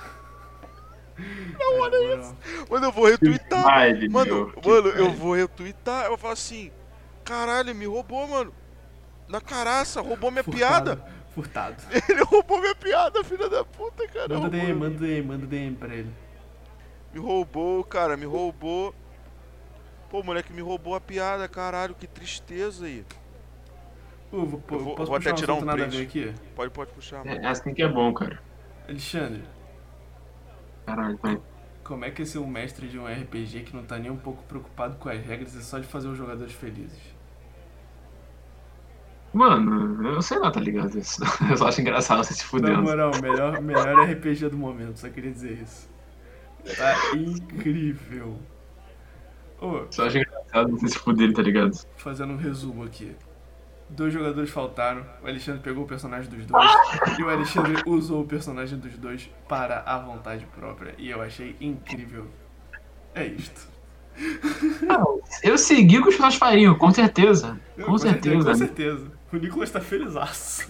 Não, olha isso. Mano, eu vou retweetar. Baile, Mano, meu, que mano, eu baile. vou retweetar. Eu falo assim, caralho, me roubou, mano. Na caraça, roubou minha piada. Furtado. Ele roubou minha piada, filha da puta, cara. Manda D M, Roubou. manda D M, manda D M pra ele. Me roubou, cara, me roubou. Pô, o moleque me roubou a piada, caralho, que tristeza aí. Pô, vou, pô, Eu vou- posso vou puxar até um tirar um assunto nada a print. ver aqui? Pode, pode puxar, mano. É assim que é bom, cara. Alexandre, Caralho, vai. como é que é ser um mestre de um R P G que não tá nem um pouco preocupado com as regras e só de fazer os jogadores felizes? Mano, eu sei lá, tá ligado? Isso. Eu só acho engraçado você se Na fudendo. moral, melhor, melhor R P G do momento, só queria dizer isso. Tá incrível. Ô, Só acho engraçado você se fuder, tá ligado? fazendo um resumo aqui. Dois jogadores faltaram, o Alexandre pegou o personagem dos dois e o Alexandre usou o personagem dos dois para a vontade própria. E eu achei incrível. É isto. Eu segui o que os pessoas fariam, com certeza. Eu- Com certeza. Com certeza. O Nicolas tá felizaço.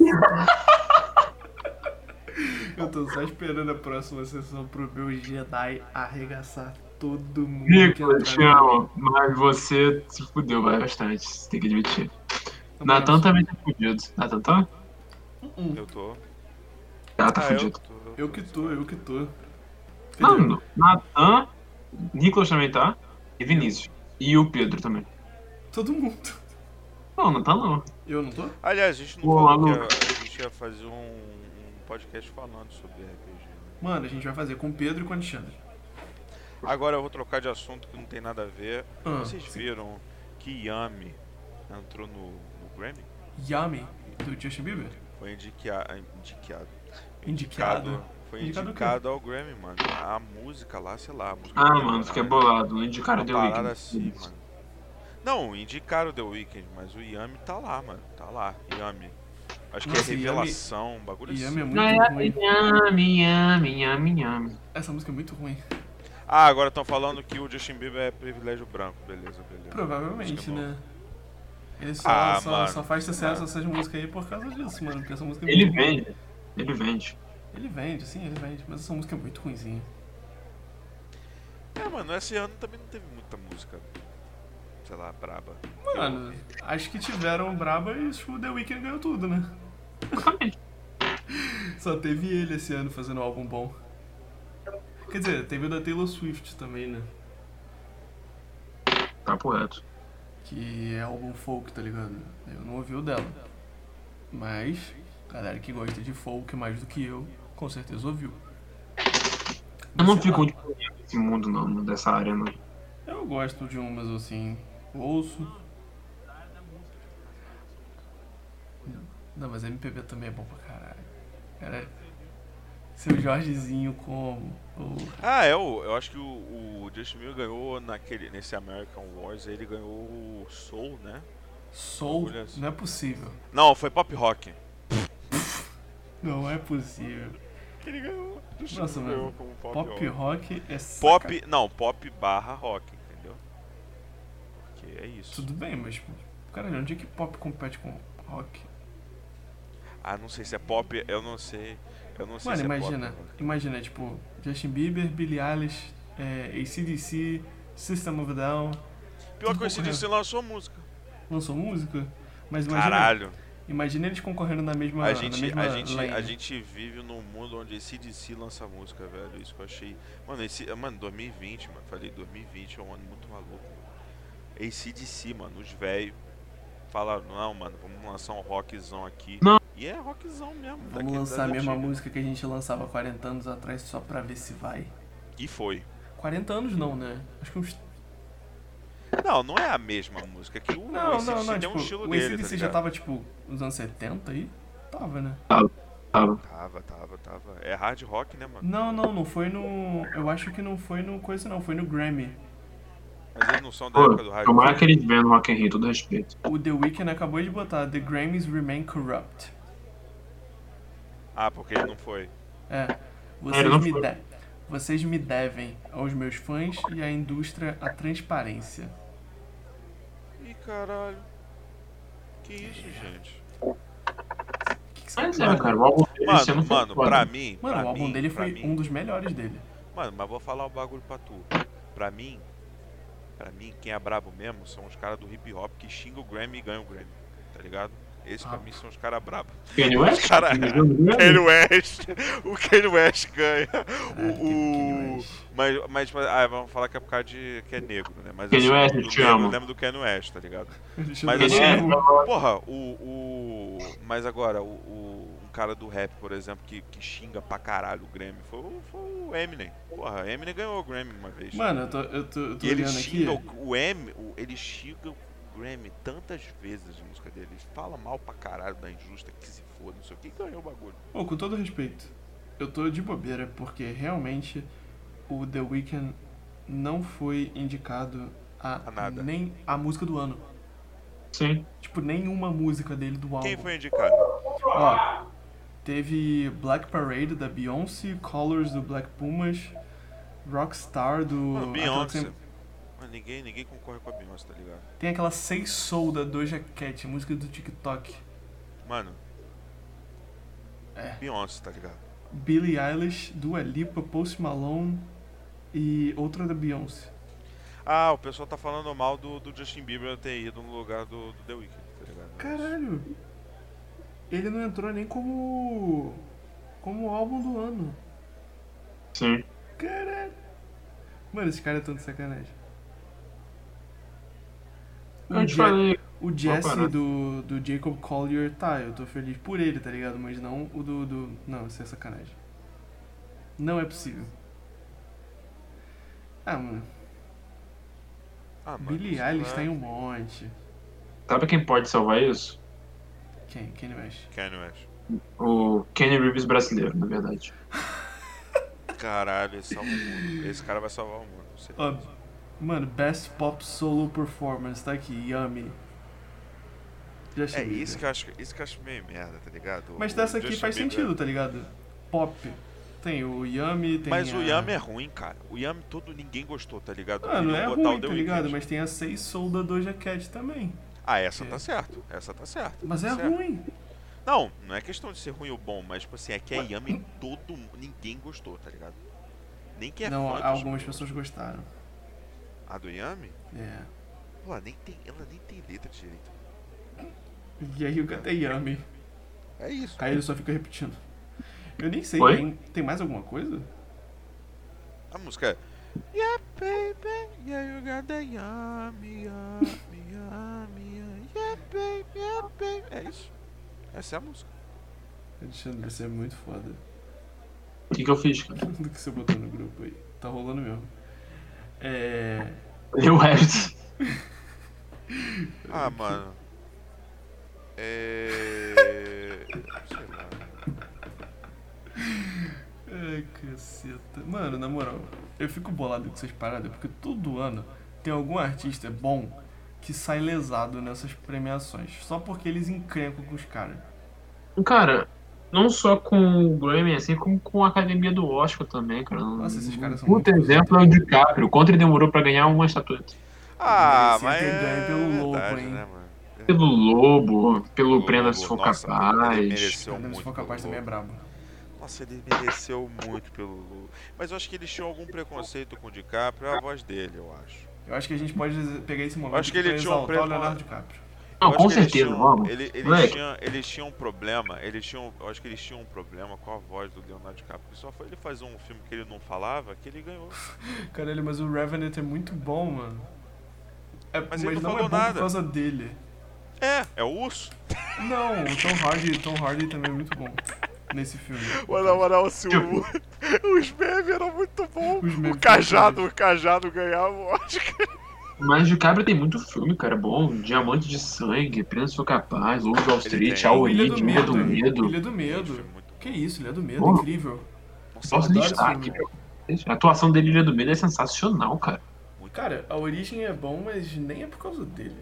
Eu tô só esperando a próxima sessão pro meu Jedi arregaçar todo mundo que Nicolas, te entrar no amo, mas você se fudeu bastante, você tem que admitir. Não, Natan mas- também tá fudido. Natan tá? Uh-uh. Eu tô. Ela tá Ah, eu fudido. tô. Eu que tô, eu que tô. Mano, Natan, Nicolas também tá, e Vinícius. E o Pedro também. Todo mundo. Não, não tá não. Eu não tô? Aliás, a gente não Ô, falou que Alu. a, a gente ia fazer um, um podcast falando sobre R P G. né? Mano, a gente vai fazer com o Pedro e com o Alexandre. Agora eu vou trocar de assunto que não tem nada a ver. Ah, Vocês viram que Yami entrou no, no Grammy? Yummy, do Justin Bieber? Foi indiquia, indicado. Indicado. Foi Indicado o indicado ao Grammy, mano. A música lá, sei lá. A música Ah, contemporânea. mano, fiquei bolado. Não indicaram Uma The parada Weeknd. assim, mano. Não, indicaram The Weeknd, mas o Yami tá lá, mano. Tá lá, Yami. Acho que Nossa, é Yami- revelação, um bagulho Yami assim. é muito ruim. Yami, yami, yami, yami. Essa música é muito ruim. Ah, agora estão falando que o Justin Bieber é privilégio branco. Beleza, beleza. Provavelmente, Música boa. né? Ele só, Ah, só, mano. só faz sucesso Mano. essas músicas aí por causa disso, mano. Porque essa música é Ele muito ruim. vende. Ele vende. Ele vende, sim, ele vende. Mas essa música é muito ruimzinha. É, mano, esse ano também não teve muita música, sei lá, braba. Mano, acho que tiveram braba e o The Weeknd ganhou tudo, né? Exatamente. Só teve ele esse ano fazendo um álbum bom. Quer dizer, teve o da Taylor Swift também, né? Papo reto. Que é álbum folk, tá ligado? Eu não ouvi o dela. Mas, galera que gosta de folk mais do que eu, com certeza ouviu. Eu não Sei fico lá. muito por dentro desse mundo, não, dessa área, não. Eu gosto de umas assim, ouço. Não, mas M P B também é bom pra caralho. Cara, seu Jorgezinho como o... Ah, é, o, eu acho que o, o Justin Bieber ganhou naquele, nesse American Wars, ele ganhou o Soul, né? Soul, Orgulho assim. não é possível. Não, foi Pop Rock. Não é possível. Ele ganhou. Justin Nossa, Bieber mano. ganhou como Pop, Pop Rock. rock é Pop, saca- não, pop barra rock, entendeu? Que é isso. Tudo bem, mas tipo, caralho, onde é que pop compete com rock? Ah, não sei se é pop, eu não sei. Eu não sei Mano, se imagina, é pop. imagina, tipo, Justin Bieber, Billie Eilish, é, A C D C, System of a Down, Pior tudo que esse concorrendo. você lançou música. lançou música, mas imagina, Caralho. imagina eles concorrendo na mesma, A na gente, mesma a, gente, lane. a gente vive num mundo onde esse D C lança música, velho. Isso que eu achei. Mano, esse. Mano, dois mil e vinte, mano. Falei, dois mil e vinte é um ano muito maluco. A C D C, mano, os velhos. fala, não, mano, vamos lançar um rockzão aqui. Não. E é rockzão mesmo. Vamos daquele lançar das a mesma antigas. música que a gente lançava quarenta anos atrás só pra ver se vai. E foi. quarenta anos não, né? Acho que uns... Não, não é a mesma música. Que o Não, A C/D C não, não, tem tipo, um estilo o dele, A C/D C tá já ligado? tava, tipo, nos anos setenta aí? Tava, né? Tava. Tava, tava, tava. É hard rock, né, mano? Não, não, não foi no... Eu acho que não foi no coisa não, foi no Grammy. Mas eles não são da Pô, época do hard tomara rock. que eles venham no Rock in Rio, todo respeito. O The Weeknd acabou de botar The Grammys Remain Corrupt. Ah, porque ele não foi. É, Ele vocês não me, foi. de... vocês me devem aos meus fãs e à indústria a transparência. Ih, caralho. Que isso, gente? O que que você Mas acha? é, cara, o álbum dele esse Mano, ano foi mano, foda. pra mim. Mano, pra o álbum mim, dele pra foi mim- um dos melhores dele. Mano, mas vou falar o bagulho pra tu. Pra mim, pra mim, quem é brabo mesmo são os caras do hip hop que xingam o Grammy e ganham o Grammy. Tá ligado? Esses pra Ah. mim são os caras brabos. Kanye West? Cara, Ele ganhou o Grammy? Kanye West. O Kanye West ganha. Caralho, O, Kanye o... West. Mas, mas, mas- ah, vamos falar que é por causa de que é negro, né? Mas Kanye assim, West, do eu te negro, amo. eu lembro do Kanye West, tá ligado? Deixa Mas eu assim, ver. é- Porra, o, o. Mas agora, o, o. Um cara do rap, por exemplo, que, que xinga pra caralho o Grammy foi, o- foi o Eminem. Porra, Eminem ganhou o Grammy uma vez. Mano, eu tô, eu tô, eu tô E ele olhando xinga aqui. o, o Em, o- ele xinga o Grammy tantas vezes de música dele. Ele fala mal pra caralho da injusta, que se foda, não sei o que, e ganhou o bagulho. Pô, com todo respeito, eu tô de bobeira porque realmente o The Weeknd não foi indicado a, A nada. nem a música do ano. Sim. Tipo, nenhuma música dele do álbum. Quem foi indicado? Ó, teve Black Parade da Beyoncé, Colors do Black Pumas, Rockstar do... Mano, aquela que Beyoncé. tem- Mas ninguém, ninguém concorre com a Beyoncé, tá ligado? Tem aquela Say Soul da Doja Cat, música do TikTok. Mano. É. Beyoncé, tá ligado? Billie Eilish, Dua Lipa, Post Malone e outra da Beyoncé. Ah, o pessoal tá falando mal do, do Justin Bieber ter ido no lugar do, do The Weeknd, tá ligado? Caralho! Ele não entrou nem como... como álbum do ano. Sim. Caralho! Mano, esse cara é tanto sacanagem. Eu O, te Je- falei. o Jesse parar. do, do Jacob Collier, tá, eu tô feliz por ele, tá ligado? Mas não o do... do... Não, isso é sacanagem. Não é possível. Ah, mano. Ah, mano, Billie isso Eilish é tem um monte. Sabe quem pode salvar isso? Quem? Quem não mexe? Kanye West. O Kenny Reeves brasileiro, na verdade. Caralho, esse salva o mundo. Esse cara vai salvar o mundo. com certeza. Ó, mano, Best Pop Solo Performance, tá aqui, Yummy. É Justin Bieber. isso que eu acho, isso que eu acho meio merda, tá ligado? Mas O dessa aqui Justin faz Bieber- sentido, tá ligado? Pop. Tem o Yummy, tem Mas a... o Yami é ruim, cara. O Yami todo ninguém gostou, tá ligado? Ah, não Queriam é botar ruim, o The tá ligado? Weeknd. Mas tem a Say Soul da Doja Cat também. Ah, essa É. tá certo. Essa tá certa. Mas tá é certo. ruim. Não, não é questão de ser ruim ou bom, mas tipo assim, é que a Yami todo mundo, ninguém gostou, tá ligado? Nem quem é Não, fã algumas gostou. pessoas gostaram. A do Yami? É. Pô, ela nem tem, ela nem tem letra direito. E aí o cara tem Yummy. É isso. Aí ele só fica repetindo. Eu nem sei, Oi? tem, tem mais alguma coisa? A música é Yeah, baby, yeah, you got the yummy, yummy, yummy, yeah, baby, yeah, baby. É isso. Essa é a música. Alexandre, você é muito foda. O que, que eu fiz, cara? Do que você botou no grupo aí. Tá rolando mesmo. É... Eu resto. Ah, mano. É. Sei lá. Ai, caceta. Mano, na moral, eu fico bolado com essas paradas, porque todo ano tem algum artista bom que sai lesado nessas premiações. Só porque eles encrencam com os caras. Cara, não só com o Grammy, assim, como com a academia do Oscar também, cara. Nossa, esses caras são Um muito exemplo é o DiCaprio. Quanto ele demorou pra ganhar uma estatueta? Ah, Merecia mas ter ganho pelo é Lobo, verdade, hein? né, mano? Pelo Lobo, pelo Lobo, Prenda Se For nossa, Capaz. ele mereceu Cara, se muito for capaz pelo também é Lobo. brabo. Nossa, ele mereceu muito pelo Lulu. Mas eu acho que eles tinham algum preconceito com o DiCaprio, é a voz dele, eu acho. Eu acho que a gente pode pegar esse momento acho que ele pra tinha um exaltar o preparo- Leonardo DiCaprio. Não, Eu com acho que eles certeza, tinham- vamos. ele- eles, Moleque. tinham, eles tinham um problema, eles tinham, eu acho que eles tinham um problema com a voz do Leonardo DiCaprio. Só foi ele fazer um filme que ele não falava que ele ganhou. Caralho, mas o Revenant é muito bom, mano. É, Mas mas ele não não é falou bom nada. por causa dele. É, é o urso. Não, o Tom Hardy, Tom Hardy também é muito bom nesse filme. Mas na moral, se o... os memes eram muito bons. Os memes O cajado, são o cajado ganhava o Oscar. Mas de Cabra tem muito filme, cara, bom. Diamante de Sangue, Príncipe Sou Capaz, Lobo de Wall Street, tem. A Ilha do Origem, Ilha do Medo. Medo. Ilha do Esse Medo. filme é muito Que isso, Ilha do Medo, Bom. incrível. Nossa, Posso adoro listar esse aqui, filme. meu. A atuação dele, Ilha do Medo, é sensacional, cara. muito Cara, a origem é bom, mas nem é por causa dele.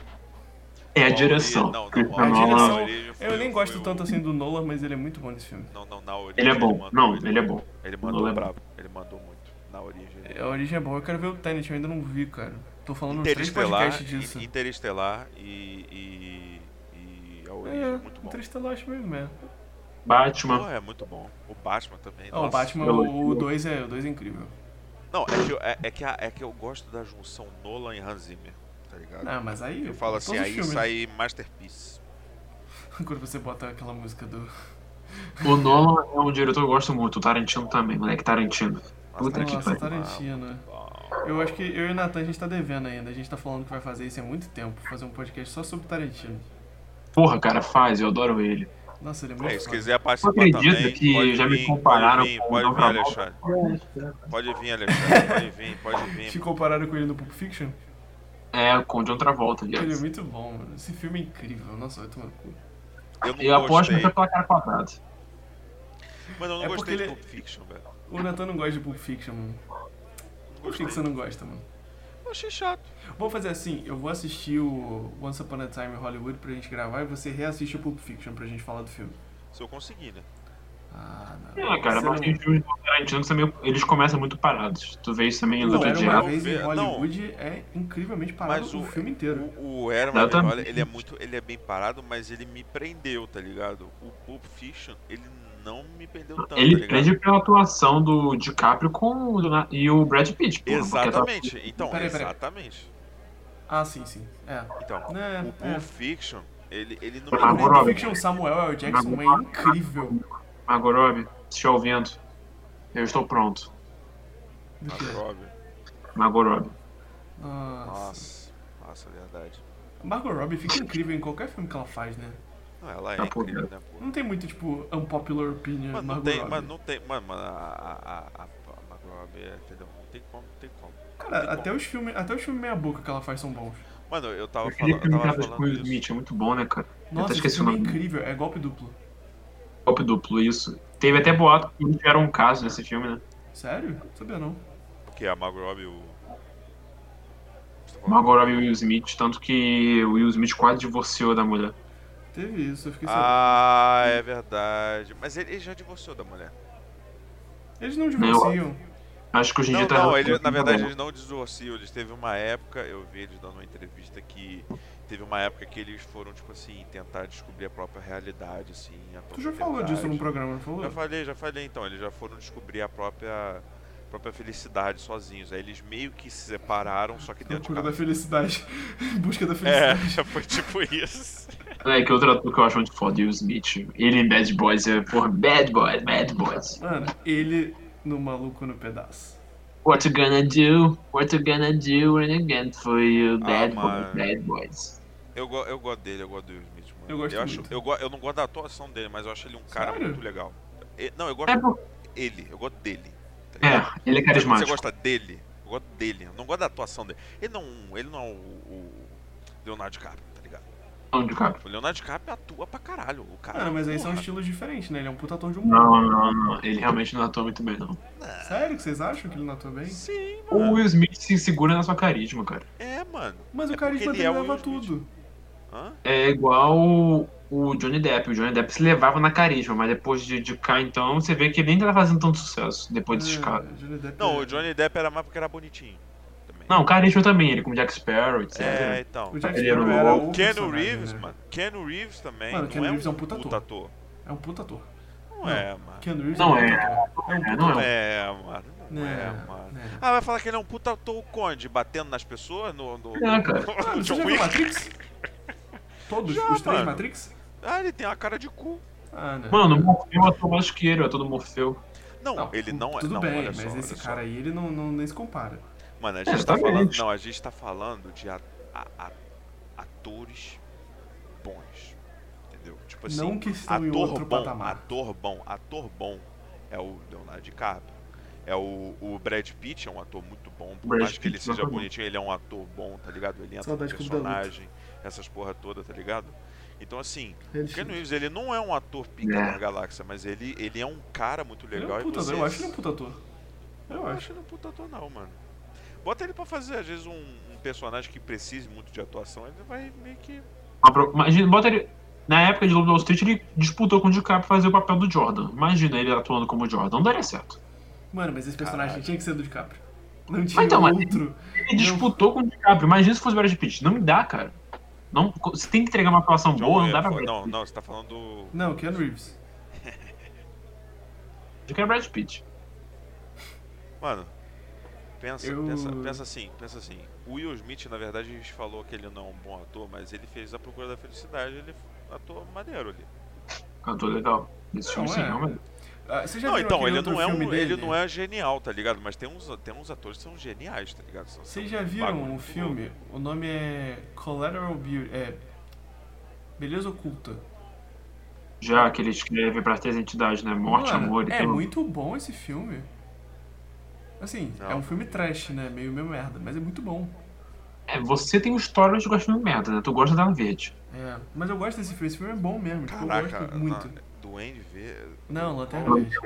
É a Bom, direção. não, não, Christopher a A Nolan- direção, origem foi- eu nem foi gosto o- tanto assim do Nolan, mas ele é muito bom nesse filme. Não, não, na origem. Ele é bom. mandou- Não, ele é bom. Ele Nolan mandou é bom. brabo. Ele mandou muito. Na origem. A origem é boa, eu quero ver o Tenet, eu ainda não vi, cara. Tô falando nos três Interestelar, podcasts disso. Interestelar e, e, e a origem. É, muito bom. Interestelar acho mesmo, é. Batman. Pô, é muito bom. O Batman também. Ah, o nossa. Batman, elogio. o dois é, o dois é incrível. Não, é que, eu, é, é, que a- é que eu gosto da junção Nolan e Hans Zimmer, tá ligado? Ah, mas aí... eu falo assim, todos os aí filmes. sai Masterpiece. Quando você bota aquela música do... O Nolan é um diretor que eu gosto muito. O Tarantino também, moleque Tarantino. Puta que Nossa, pariu. Tarantino. Eu acho que eu e o Nathan, a gente tá devendo ainda. A gente tá falando que vai fazer isso há muito tempo. Fazer um podcast só sobre Tarantino. Porra, cara, faz, eu adoro ele. Nossa, ele é muito É, se foda. quiser participar Não acredita também, que pode já me vir, compararam pode vir, com o pode John vir, Travolta? Alexandre. Pode vir, Alexandre, pode vir, pode vir. Te compararam com ele no Pulp Fiction? É, com o John Travolta, Ele é aliás. muito bom, mano. Esse filme é incrível. Nossa, vai tomar no cu. Eu não Eu aposto gostei, que foi pela cara quadrada. mas eu não É gostei de porque Pulp Fiction, velho. O Nathan não gosta de Pulp Fiction, mano. Não Por que, que gostei. você não gosta, mano? Eu achei chato. Vamos fazer assim, eu vou assistir o Once Upon a Time em Hollywood pra gente gravar e você reassiste o Pulp Fiction pra gente falar do filme. Se eu conseguir, né? Ah, não. É, cara, Você mas não- tem filmes do Tarantino que são meio- eles começam muito parados. Tu vê isso também em O Luta Era de Uma Diabo. Vez em Não. Hollywood é incrivelmente parado Mas o, o- filme inteiro. O, o Era Uma Vez, Exatamente. olha, ele é muito, ele é bem parado, mas ele me prendeu, tá ligado? O Pulp Fiction, ele não me prendeu tanto, Ele tá ligado? prende pela atuação do DiCaprio com o Leonardo- e o Brad Pitt. porra, porque tá- Exatamente. Então, Peraí, peraí. exatamente. Ah, sim, sim. É. Então, É, o é. Pulp Fiction, ele, ele não Ah, me O Agora, Pulp Rob. Fiction Samuel L. Jackson é incrível. Margot Robbie, se estiver ouvindo, eu estou pronto. Do que? Margot Robbie. Margot Robbie. Nossa. Nossa, nossa, verdade. Margot Robbie fica incrível em qualquer filme que ela faz, né? Não, ela é Tá por incrível, dentro. né, pô? Não tem muito, tipo, unpopular opinion Mano, não Margot tem, Robbie. mano, não tem, mano, mano, a, a, a, a Margot Robbie, é, entendeu? Não tem como, não tem como. Cara, tem até como. os filmes, até os filmes meia boca que ela faz são bons. Mano, eu tava Aquele falando, filme eu tava Casas com o falando Will isso. Smith é muito bom, né, cara? eu Nossa, até esse esqueci o filme é nome. incrível, é golpe duplo. Golpe duplo, isso. Teve até boato que tiveram um caso nesse filme, né? Sério? Não sabia não. Que a Margot Robbie, o... Você tá falando? Margot Robbie e Will Smith, tanto que o Will Smith quase divorciou da mulher. Teve isso, eu fiquei sabendo. Ah, é verdade. Mas ele, ele já divorciou da mulher. Eles não divorciam. Acho que hoje em Não, dia tá... não, ele, na verdade eles não divorciam. Eles teve uma época, eu vi eles dando uma entrevista que teve uma época que eles foram, tipo assim, tentar descobrir a própria realidade, assim. A Tu já própria falou disso verdade. no programa, não falou? Já falei, já falei então. Eles já foram descobrir a própria, própria felicidade sozinhos. Aí eles meio que se separaram, só que dentro de Procura da casa. felicidade. Em busca da É, felicidade. já foi tipo isso. É, que outro ator que eu acho muito foda, Will Smith. Ele em Bad Boys é, porra, Bad Boys, Bad Boys. Mano, ele no Maluco no Pedaço. What you gonna do? What you gonna do when I get for you? Ah, Bad mano. Boys, Bad Boys. Eu, go, eu gosto dele, eu gosto do Will Smith, mano. Eu gosto acho, muito. eu, go, eu não gosto da atuação dele, mas eu acho ele um cara Sério? muito legal. E- não, eu gosto É, por- dele, eu gosto dele. tá ligado? é, ele é Você carismático. gosta dele? Eu gosto dele. Eu não gosto da atuação dele. Ele não, ele não é o, o Leonardo DiCaprio, tá ligado? Não, DiCaprio. O Leonardo DiCaprio atua pra caralho. O cara, Mano, mas aí são porra. estilos diferentes, né? Ele é um puta ator de humor. Não, não, não. Ele realmente não atua muito bem, não. Sério que vocês acham que ele não atua bem? Sim, O mano. Will Smith se segura na sua carisma, cara. É, mano. Mas É o carisma porque dele ele é o leva Will Smith. tudo. Hã? É igual o Johnny Depp. O Johnny Depp se levava na carisma, mas depois de, de cá, então, você vê que ele nem tá fazendo tanto sucesso depois desses É, caras. Johnny Depp Não, é- o Johnny Depp era mais porque era bonitinho. Também. Não, o carisma também, ele como Jack Sparrow, etcétera. É, então. O Jack Ele era Sparrow o- era o o Keanu personagem, Reeves, né? mano. Keanu Reeves também. Mano, não Keanu é Reeves é um um puta puta ator. ator. É um puta ator. Não é, mano. Keanu Reeves Não é um é. puta ator. É um puta não é. Não ator. é, mano. Não é, Né, mano. né. Ah, vai falar que ele é um puta ator conde, batendo nas pessoas no, no, É, cara. no, Mano, no você John já viu Wick? Matrix? Todos? Já, os três mano. Matrix? Ah, ele tem uma cara de cu. Ah, não. Mano, o Morfeu é ator masqueiro, é todo Morfeu. Não, ele não é. Tudo Não, bem, olha mas só, esse olha cara só. aí, ele não, não nem se compara. Mano, a gente tá Exatamente. falando. Não, a gente tá falando de a- a- a- atores bons. Entendeu? Tipo assim, Não que estão em ator outro bom, patamar. ator bom, ator bom é o Leonardo DiCaprio. É o, o Brad Pitt é um ator muito bom, por Brad mais que ele Pitt, seja muito bom. bonitinho, ele é um ator bom, tá ligado? Ele entra Saudade no do Clube da Luta. personagem, essas porra toda, tá ligado? Então assim, Ele o Keanu chega. Reeves, ele não é um ator pica É. da galáxia, mas ele, ele é um cara muito Ele é legal um e puta você... ator, eu acho ele um puta ator. Eu Eu não acho. acho ele um puta ator não, mano. Bota ele pra fazer, às vezes, um, um personagem que precise muito de atuação, ele vai meio que... Uma pro- Imagina, bota ele. Na época de Lobo de Wall Street, ele disputou com o DiCaprio fazer o papel do Jordan. Imagina ele atuando como o Jordan. Não daria certo. Mano, mas esse personagem Caralho. tinha que ser do DiCaprio. Não tinha Mas então, mas outro. Ele disputou com o DiCaprio. Imagina se fosse o Brad Pitt. Não me dá, cara. Não, você tem que entregar uma atuação John boa, não Wick, dá pra fo- Brad não, Pitt. não, você tá falando do... Não, Keanu Reeves. Eu quero Brad Pitt. Mano, pensa, Eu- pensa, pensa assim, pensa assim. O Will Smith, na verdade, a gente falou que ele não é um bom ator, mas ele fez A Procura da Felicidade, ele ator maneiro ali. Cantor legal. Esse Não, filme sim, é. realmente. Ah, você já Não, viu então, aquele ele outro não, é filme um, dele? ele não é genial, tá ligado? Mas tem uns, tem uns atores que são geniais, tá ligado? São- Vocês são já um viram bagulho um muito filme? O nome é Collateral Beauty. É. Beleza Oculta. Já que ele escreve pra ter entidade, né? Morte, Mano, amor e é tudo. muito bom esse filme. Assim, Não. é um filme trash, né? Meio, meio merda, mas é muito bom. É, você tem um histórico de gostar de merda, né? Tu gosta da verde. É, mas eu gosto desse filme, esse filme é bom mesmo, tipo, eu Caraca, gosto muito. na- Duende Verde. Não, Lanterna Verde.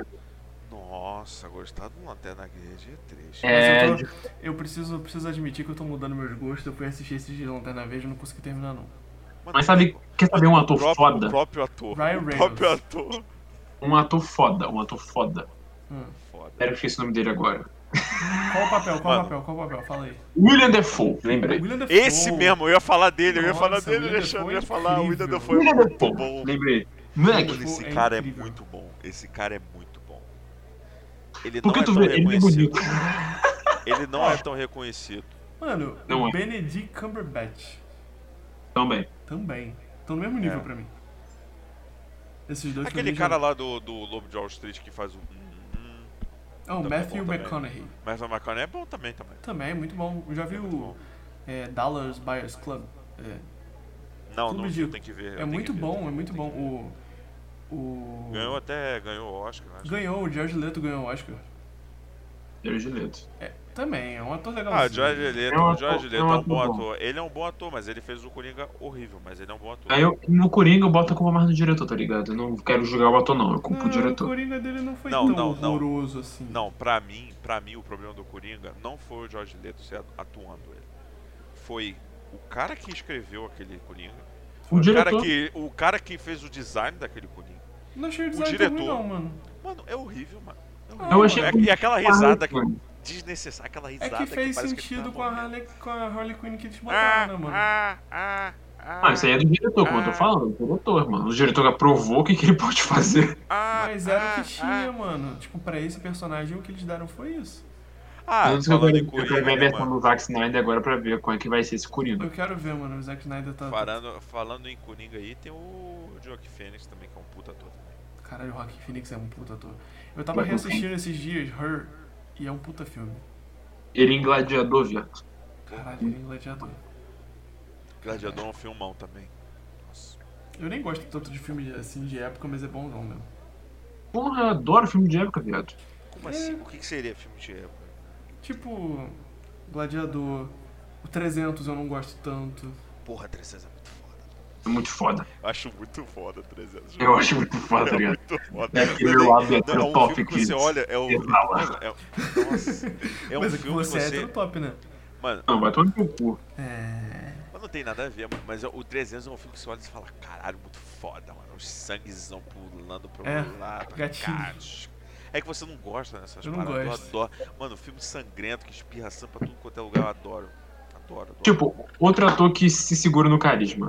Nossa, gostar do Lanterna Verde é triste. É, Mas eu, tô, eu preciso, preciso admitir que eu tô mudando meus gostos, eu fui assistir esse de Lanterna Verde e não consegui terminar não. Mano, Mas sabe, quer saber um ator o próprio, foda? O próprio ator. Ryan o próprio Reynolds. ator. Um ator foda, um ator foda. Hum. Foda. Pera, eu esqueci o nome dele agora. Qual o papel, qual o Mano. papel, qual o papel? Fala aí. William Defoe, lembrei. William Dafoe. Esse mesmo, eu ia falar dele, eu ia Nossa, falar o dele, William Alexandre, eu ia Dafoe é falar, o William incrível. Dafoe é William muito Defoe, bom. lembrei. Moleque, Dafoe Esse é cara é incrível. muito bom. Esse cara é muito bom. Ele por não que é tu tão vê? Ele é reconhecido. bonito. Ele não é tão reconhecido. Mano, Não o é. Benedict Cumberbatch Também. também. Estão no mesmo nível É. pra mim. Esses dois pra Aquele mim cara já... lá do, do Lobo de Wall Street que faz o... Hum, hum, Oh, também é Matthew bom também. McConaughey. Matthew McConaughey é bom também, também. Também, é muito bom. Eu já vi É muito o bom. é, Dallas Buyers Club. É, Não, Clube não, de- eu tenho que ver. eu é tenho muito que ver, eu bom, tenho é que muito ver, bom. tenho que ver. O... o... Ganhou até, ganhou o Oscar, eu acho. Ganhou, o George Leto ganhou o Oscar. Jared Leto. É, também, é um ator legal. Ah, George Leto, É um o ator- George é Leto um é um bom ator bom. ator. Ele é um bom ator, mas ele fez o Coringa horrível, mas ele é um bom ator. Aí eu, no Coringa eu boto a culpa mais no diretor, tá ligado? Eu não quero julgar o ator, não. Eu culpo Não, o diretor. o Coringa dele não foi Não, tão não, não. horroroso assim. Não, pra mim, pra mim o problema do Coringa não foi o George Leto ser atuando ele. Foi o cara que escreveu aquele Coringa. O O cara diretor. que, o cara que fez o design daquele Coringa. Não achei o O design tão ruim diretor- não, mano. Mano, é horrível, mano. É Ah, horrível. Eu achei É- muito E aquela risada que, mano. desnecessária, aquela É risada que fez parece que sentido ele tá com, a morrendo. Harley, com a Harley Quinn que eles Ah, botaram, né, mano? ah, ah, ah, Ah, isso aí é do diretor, como eu tô Ah. falando. Do diretor, mano. O diretor aprovou o que, que ele pode fazer. ah, Mas era o ah, que tinha, ah. mano. Tipo, pra esse personagem o que eles deram foi isso. Ah, Antes eu falando quero, em eu quero Coringa, ver a né, versão mano? do Zack Snyder agora pra ver como é que vai ser esse Coringa. Eu quero ver, mano. O Zack Snyder tá. Falando, falando em Coringa aí, tem o Joaquin Phoenix também, que é um puta ator também. Caralho, o Joaquin Phoenix é um puta ator. Eu tava reassistindo esses dias Her e é um puta filme. Ele em Gladiador, viado. Caralho, ele é um gladiador. Gladiador é um filmão também. Nossa. Eu nem gosto tanto de filme assim de época, mas é bonzão mesmo. Porra, eu adoro filme de época, viado. Como assim? O que, que seria filme de época? Tipo, Gladiador, o trezentos eu não gosto tanto. Porra, trezentos é muito foda. É muito foda. Eu acho muito foda trezentos. Eu acho muito foda, tá É ligado? muito foda. É aquele Não, lado não, hétero é um top filme que que você olha, é o... exala. Mano, é, nossa, é um mas é que filme que você é você... hétero top, né? Mano, Não, vai tomar no teu cu. É. mas não tem nada a ver, mano. Mas o trezentos é um filme que você olha e fala, caralho, muito foda, mano. Os sanguezão pulando pro É, lado. gatilho. Cara. É que você não gosta dessas Eu não paradas. gosto. Eu adoro. Mano, filme sangrento, que espirra sangue pra tudo quanto é lugar, eu adoro. Adoro, adoro. Tipo, outro ator que se segura no carisma.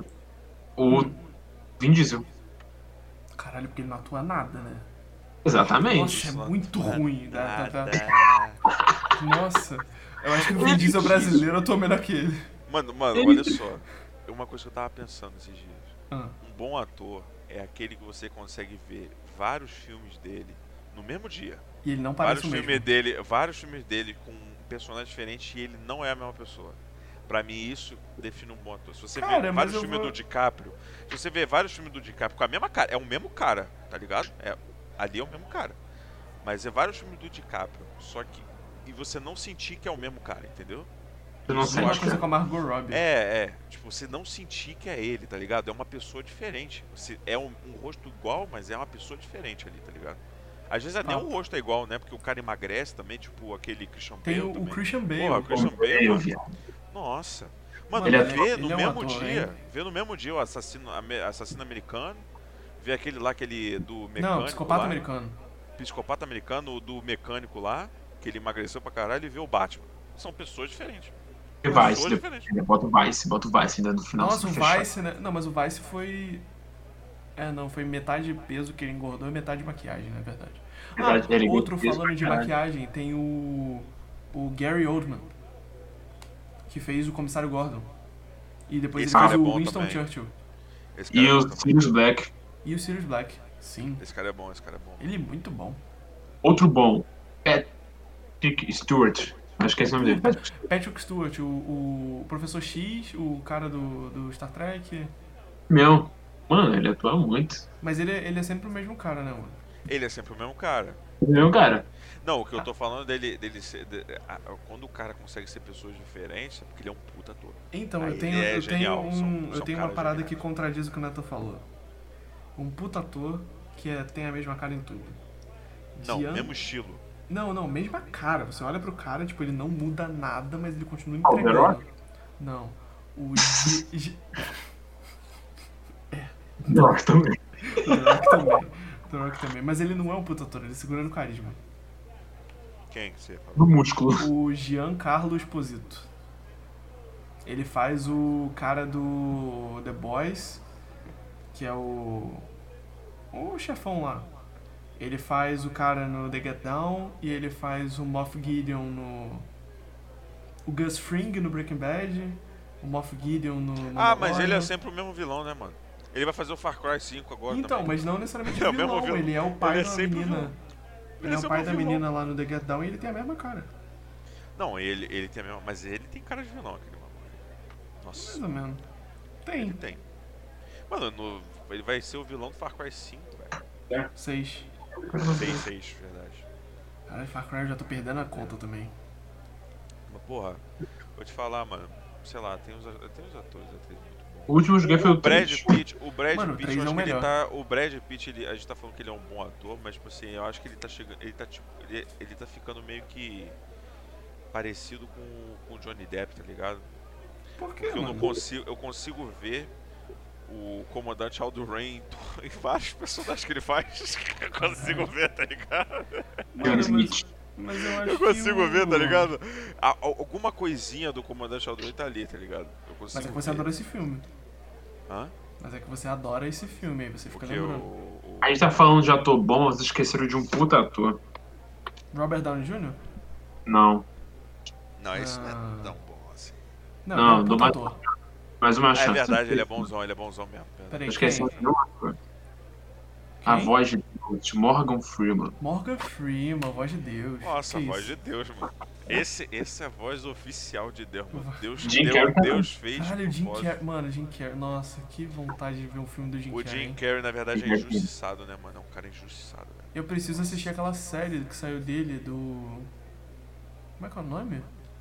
O Vin Diesel. Caralho, porque ele não atua nada, né? Exatamente. Nossa, é muito ruim. Dá, dá, dá. Nada. Nossa, eu acho que o Vin Diesel brasileiro eu tô melhor que ele. Mano, mano, Ele- olha só. Uma coisa que eu tava pensando esses dias. Ah, Um bom ator é aquele que você consegue ver vários filmes dele no mesmo dia. e ele não Vários parece o mesmo. filmes dele, vários filmes dele com personagens diferentes e ele não é a mesma pessoa. Pra mim, isso define um bom ator. Se você Cara, vê mas vários eu filmes vou- do DiCaprio, se você vê vários filmes do DiCaprio com a mesma cara, é o mesmo cara, tá ligado? É, ali é o mesmo cara. Mas é vários filmes do DiCaprio, só que... E você não sentir que é o mesmo cara, entendeu? Você não Isso eu Mesma acho sente, coisa cara. com a Margot Robbie. É, é. Tipo, você não sentir que é ele, tá ligado? É uma pessoa diferente. Você é um, um rosto igual, mas é uma pessoa diferente ali, tá ligado? Às vezes até Papo. o rosto é igual, né? Porque o cara emagrece também, tipo aquele Christian Tem Bale o, o também. Christian Bale. Porra, o Christian Bale, Eu, mano. viado. Nossa. Mano, Mano, ele vê é- no ele é um mesmo ator, dia, hein? vê no mesmo dia o assassino, ame- assassino americano, vê aquele lá, aquele do mecânico Não, Psicopata lá, Americano. psicopata americano, o do mecânico lá, que ele emagreceu pra caralho, e vê o Batman. São pessoas diferentes. E Pessoas Vice, diferentes. depois. Bota o Vice, bota o Vice ainda no final. Nossa, o pra fechar. Vice, né? Não, mas o Vice foi... É, não, foi metade peso que ele engordou e metade maquiagem, na verdade. Verdade, Ah, ele outro fez falando de pra caralho. maquiagem, tem o... O Gary Oldman, que fez o Comissário Gordon. E depois Esse ele cara fez é o bom Winston também. Churchill. Esse cara E é bom o também. Sirius Black. E o Sirius Black. Sim, Esse cara é bom, esse cara é bom. ele é muito bom. Outro bom. Patrick Stewart. Acho que é esse o nome dele. Patrick Stewart. Patrick Stewart, o, o Professor X, o cara do, do Star Trek. Meu, mano, ele atua muito. Mas ele, é- ele é sempre o mesmo cara, né, mano? Ele é sempre o mesmo cara. Meu, cara. Não, o que eu tô falando dele, dele ser, de- a- a- quando o cara consegue ser pessoas diferentes, é porque ele é um puta ator. Então, Ah, eu ele tenho, é eu genial, tenho, são- um, eu são tenho uma caras parada geniais. que contradiz o que o Neto falou. Um puta ator que é- tem a mesma cara em tudo. Não, Gian- mesmo estilo. Não, não, mesma cara. Você olha pro cara, tipo, ele não muda nada, mas ele continua Ah, o The entregando. Rock? Não. O G... G... Não, também. The Rock também. The Rock também. Mas ele não é um puta ator, ele segura no carisma. Quem que você falou? Do músculo. O Giancarlo Esposito. Ele faz o cara do The Boys, que é o. O chefão lá. Ele faz o cara no The Get Down e ele faz o Moff Gideon no. O Gus Fring no Breaking Bad, o Moff Gideon no. no Ah, mas ele é Mandalorian. sempre o mesmo vilão, né, mano? Ele vai fazer o Far Cry cinco agora Então, também. mas não necessariamente É o o mesmo vilão, vilão. ele é o pai Ele é da sempre o menina. vilão. Ele, Ele é é o sempre pai o da vilão. menina lá no The Get Down e ele tem a mesma cara. Não, ele, ele tem a mesma... Mas ele tem cara de vilão, aquele maluco. Mais Nossa, ou menos. Tem. ele tem. Mano, no- ele vai ser o vilão do Far Cry cinco, velho. Seis. seis, seis, verdade. Caralho, Far Cry eu já tô perdendo a conta também. Mas, porra, vou te falar, mano. Sei lá, tem uns, tem uns atores e atrizes muito bons. O último eu joguei foi O o Brad três. Pitt, o Brad Mano, o Pitt, três eu é acho o que ele melhor. tá. O Brad Pitt, ele, a gente tá falando que ele é um bom ator, mas tipo assim, eu acho que ele tá chegando. Ele tá tipo. Ele, ele tá ficando meio que parecido com, com o Johnny Depp, tá ligado? Por que, Porque eu não mano? consigo. Eu consigo ver o comandante Aldo Rain em vários personagens que ele faz. Eu consigo ver, tá ligado? Mano, Johnny mas, Smith. mas eu acho Eu consigo que o... ver, tá ligado? A- a- alguma coisinha do comandante Aldo Rain tá ali, tá ligado? Eu consigo Mas é que você ver. adora esse filme. Hã? Mas é que você adora esse filme aí, você fica Porque o, lembrando. o- A gente tá falando de ator bom, mas esqueceram de um puta ator. Robert Downey Júnior? Não. Não, esse não Ah. é tão bom assim. Não, Não, ele é um do puta mais- ator. Mais uma É chance. verdade, ele é bonzão, ele é bonzão mesmo. verdade. Peraí, Esqueci quem? de um ator. A Quem? voz de Deus, Morgan Freeman. Morgan Freeman, voz de Deus. Nossa, Que a voz isso? de Deus, mano. Esse, esse é a voz oficial de Deus, mano. Deus, Jim Deus, Carrey também. Deus fez Caralho, o Jim propósito. Carrey. Mano, Jim Carrey. Nossa, que vontade de ver um filme do Jim O Carrey. Jim hein? Carrey, na verdade, é Jim Carrey. injustiçado, né, mano? É um cara injustiçado, velho. Eu preciso assistir aquela série que saiu dele, do... Como é que é o nome?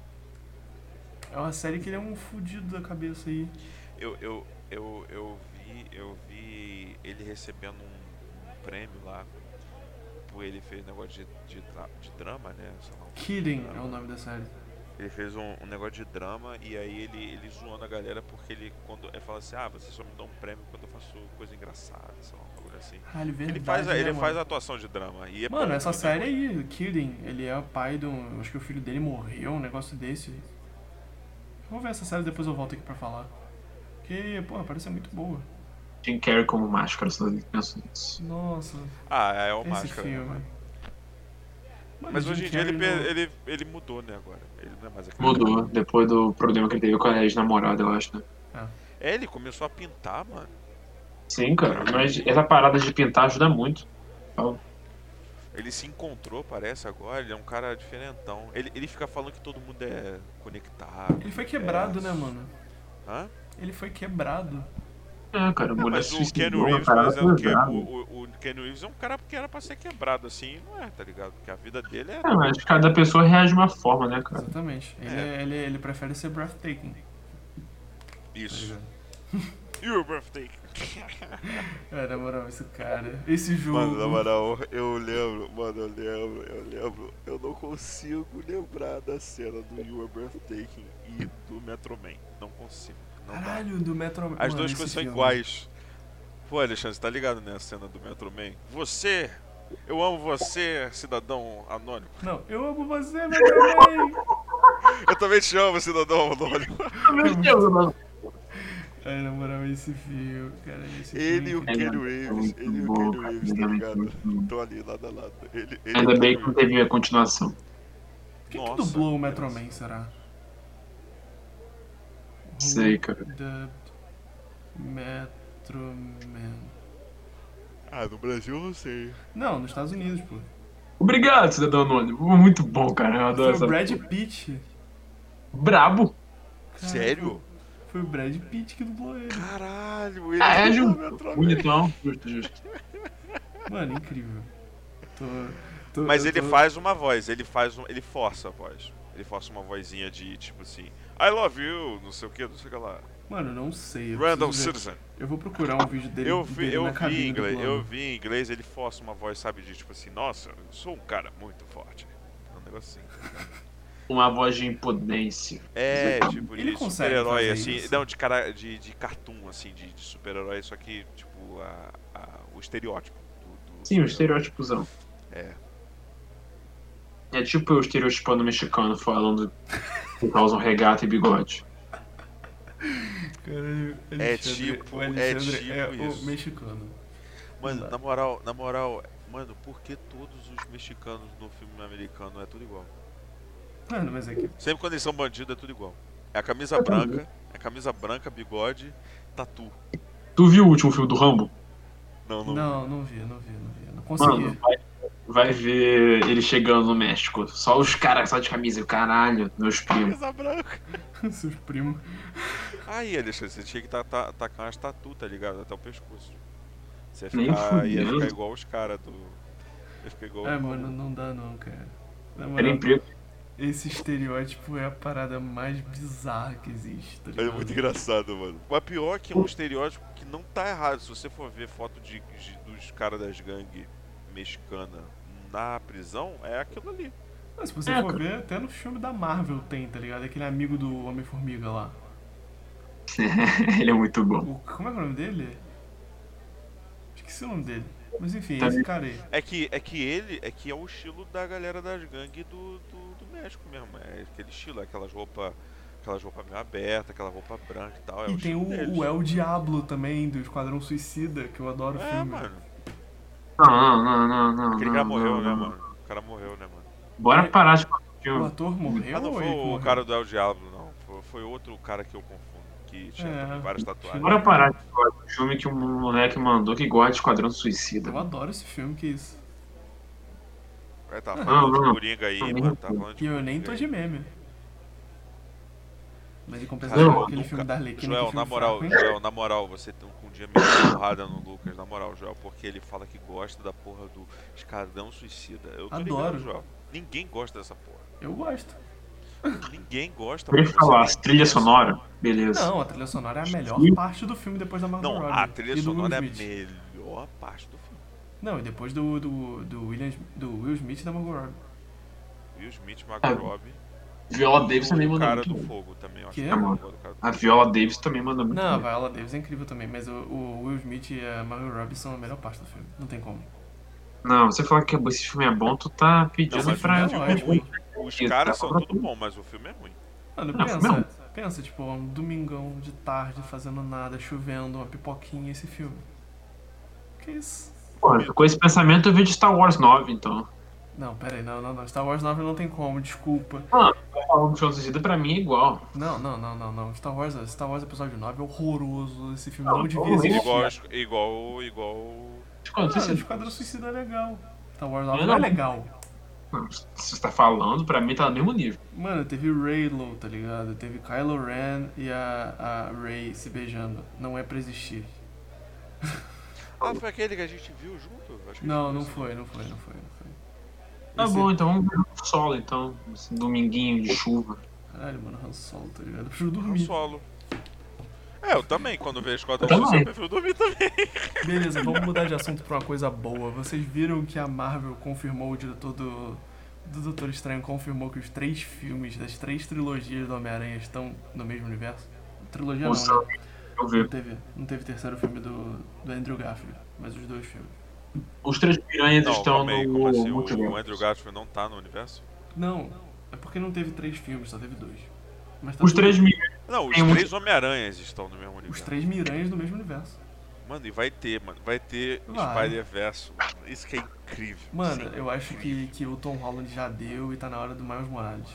É uma série que ele é um fudido da cabeça aí. Eu, eu, eu, eu vi, eu vi ele recebendo um, um prêmio lá. Por ele fez negócio de, de, dra- de drama, né? Sei lá, um Kidding drama. é o nome da série. Ele fez um, um negócio de drama e aí ele, ele zoando a galera porque ele, quando, ele fala assim, ah, você só me dá um prêmio quando eu faço coisa engraçada, sei lá, um bagulho assim. Caralho, verdade, Ele faz, a- né, ele mano? faz a atuação de drama. E é Mano, bom, essa né, série mano? aí, Kidding, ele é o pai do... Acho que o filho dele morreu, um negócio desse. Vou ver essa série, depois eu volto aqui pra falar. Porque, porra, parece ser muito boa. Jim Carrey como máscara, só penso nisso. Nossa, Ah, é o esse Máscara. né, filme. mano? Mano, Mas Jim hoje em dia ele, Carrey per- no- ele, ele mudou, né, agora. Ele não é mais aquele. Mudou, depois do problema que ele teve com a ex-namorada, eu acho, né? É, ele começou a pintar, mano. Sim, cara, mas essa parada de pintar ajuda muito. Então, Ele se encontrou, parece, agora. Ele é um cara diferentão. Ele, ele fica falando que todo mundo é conectado. Ele foi quebrado, é... né, mano? Hã? Ele foi quebrado. É, cara, o Não, mulher mas se o suicidou, Keanu Reeves, cara, por exemplo, que pesado. o, o, o Keanu Reeves é um cara que era pra ser quebrado assim, não é, tá ligado? Porque a vida dele é. É, mas cada pessoa reage de uma forma, né, cara? Exatamente. Ele, É. ele, ele prefere ser breathtaking. Tá Isso. ligado? You're breathtaking. É, na moral, esse cara. Esse jogo. Mano, na moral, eu lembro, mano, eu lembro, eu lembro, eu não consigo lembrar da cena do You Are Breathtaking e do Metro Man. Não consigo. Não dá. Caralho, do Metro Man. As Mano, duas esse coisas são filme. iguais. Pô, Alexandre, você tá ligado né, a cena do Metro Man? Você, eu amo você, cidadão anônimo. Não, eu amo você, Metro Man! Eu também te amo, cidadão anônimo. Meu Deus, mano. Ai, na moral, esse filme, cara, esse Ele e filme. o Keanu É Reeves, muito ele e o bom, Keanu cara, Reeves, tá ele é ligado? muito bom. Estão ali, lado a lado. Ele, ele Ainda e o bem Keanu que não Reeves. teve a continuação. Quem que Nossa, dublou o Metro nossa. Man, será? Sei, cara. Dubbed Metro Man. Ah, no Brasil eu não sei. Não, nos Estados Unidos, pô. Obrigado, cidadão anônimo. Muito bom, cara. Eu adoro Foi o essa. Brad Pitt. Brabo. Cara, Sério? Foi o Brad Pitt que dublou ele. Caralho, ele Ah, é, dublou justo. Metro Man. Bonitão. Justo, justo. Mano, incrível. Tô, tô, Mas eu ele tô- faz uma voz, ele faz um, ele força a voz. Ele força uma vozinha de tipo assim, I love you, não sei o que, não sei o que lá. Mano, não sei. Eu, Random preciso ver. Citizen. Eu vou procurar um vídeo dele, Eu vi, dele eu na vi cabine em inglês, dublando. eu vi em inglês, ele força uma voz, sabe, de tipo assim, nossa, eu sou um cara muito forte. É um negócio assim. Uma voz de impotência. É, tipo, Ele de consegue super-herói, fazer assim. isso. Não, de cara de, de cartoon, assim, de, de super-herói, só que, tipo, a, a- o estereótipo do, do Sim, o super-herói. estereótipozão. É. É tipo o estereotipando mexicano falando que usam regata e bigode. Caralho, É Alexandre- tipo- o é Alexandre tipo é o isso. mexicano. Mano, Não dá. na moral, na moral, mano, por que todos os mexicanos no filme americano é tudo igual? Mano, mas é que. Sempre quando eles são bandidos é tudo igual. É a camisa branca, é a camisa branca, bigode, tatu. Tu viu o último filme do Rambo? Não, não. Não, não vi, não vi, não vi. Não consegui. Mano, vai, vai ver ele chegando no México. Só os caras só de camisa. E caralho, meus primos. Camisa branca. Seus primos. Aí, Alexandre, você tinha que tá, tá, tacar umas tatu, tá ligado? Até o pescoço. Você ia Nem ficar, ia fudendo. ficar igual os caras do. Ia ficar igual. É, mano, não dá não, cara. Na Era moral, emprego. esse estereótipo é a parada mais bizarra que existe, tá É ligado? muito engraçado, mano. Mas pior que é um estereótipo que não tá errado. Se você for ver foto de, de- dos caras das gangues mexicanas na prisão, é aquilo ali. Mas se você É, for cara. ver, até no filme da Marvel tem, tá ligado? Aquele amigo do Homem-Formiga lá. Ele é muito bom. O, como é que é o nome dele? Esqueci o nome dele. Mas enfim, Tá esse bem. cara aí. É que, é que ele é que é o estilo da galera das gangues do, do, do México mesmo. É aquele estilo, aquelas roupas aquelas roupas meio abertas, aquela roupa branca e tal. É E o tem estilo o, deles. o El Diablo também, do Esquadrão Suicida, que eu adoro o É, filme. mano. Não, não, não, não, não. Aquele não, cara morreu, não, né, não. mano? O cara morreu, né, mano? Bora parar de falar de O filme. ator morreu Ah, não ou foi ele que o morreu? cara do El Diablo, não. Foi, foi outro cara que eu confundo. Que tinha É. também várias tatuagens. Bora parar de falar de filme que um moleque mandou que gosta de Esquadrão Suicida. Eu adoro esse filme, que isso. Aí tá Não, falando de não. Coringa aí, Não, mano. Tá não. falando de E eu nem Coringa tô aí. de meme. Mas em compensação, Não, aquele Nunca- filme da Arlequina, Joel, que filme na moral, fraco, hein? Joel, na moral, você tem um dia meio porrada no Lucas, na moral, Joel, porque ele fala que gosta da porra do Esquadrão Suicida. Eu tô Adoro. ligado, Joel. Ninguém gosta dessa porra. Eu gosto. Ninguém gosta. Pra ele mano, você falar, nem trilha pensa. sonora, beleza. Não, a trilha sonora é a melhor Sim. parte do filme depois da Margot Não, Robbie. a trilha e do sonora é a Will Smith. melhor parte do filme. Não, e depois do, do, do, William, do Will Smith e da Margot Robbie. Will Smith, É. Margot Robbie Viola e Davis também o manda cara muito do bem. fogo também, eu acho Que que é? eu gosto do cara do A fogo. Viola Davis também manda muito Não, a bem. Viola Davis é incrível também, mas o, o Will Smith e a Margot Robbie são a melhor parte do filme. Não tem como. Não, você falar que esse filme é bom, tu tá Não, pedindo mas pra... o filme é ruim. Os Isso, caras tá são falando tudo bom, mas o filme é ruim. Mano, Não, pensa, não. pensa, tipo, um domingão de tarde, fazendo nada, chovendo, uma pipoquinha, esse filme. Que isso? Pô, com esse pensamento eu vi de Star Wars nove, então. Não, pera aí, não, não, não. Star Wars nove não tem como, desculpa. Mano, falando do Filme Suicida pra mim é igual. Não, não, não, não, não. Star Wars, Star Wars Episódio nove é horroroso. Esse filme Não, não devia horroroso. existir. Igual, igual, igual. Esquadrão Mano, Suicida. Esquadrão Suicida é legal. Star Wars nova Não, não é não. legal. Não, se você tá falando, pra mim tá no mesmo nível. Mano, teve Reylo, tá ligado? Teve Kylo Ren e a, a Rey se beijando. Não é pra existir. Ah, foi aquele que a gente viu junto? Acho que a Não, gente não viu foi, não foi, não foi, não foi. Tá Esse- bom, então vamos ver o solo, então. Esse dominguinho de chuva. Caralho, mano, Han Solo, tá ligado? Eu prefiro Han dormir. Solo. É, eu também, quando vejo Esquadrão Eu Suicida, eu também. prefiro dormir também. Beleza, vamos mudar de assunto pra uma coisa boa. Vocês viram que a Marvel confirmou, o diretor do, do Doutor Estranho confirmou que os três filmes das três trilogias do Homem-Aranha estão no mesmo universo? Trilogia Nossa, não, né? eu Não vi. teve, não teve terceiro filme do, do Andrew Garfield, mas os dois filmes. Os três piranhas Não, estão calma aí, no como assim? O, multiverso. o Andrew Garfield não tá no universo? Não, é porque não teve três filmes, só teve dois. Mas tá Os tudo- três mil. Não, os Tem um três Homem-Aranhas estão no mesmo Os universo. três Miranhas do mesmo universo. Mano, e vai ter, mano. Vai ter Vai. Spider-Verse, mano. Isso que é incrível. Mano, Isso é eu acho incrível. que, que o Tom Holland já deu e tá na hora do Miles Morales.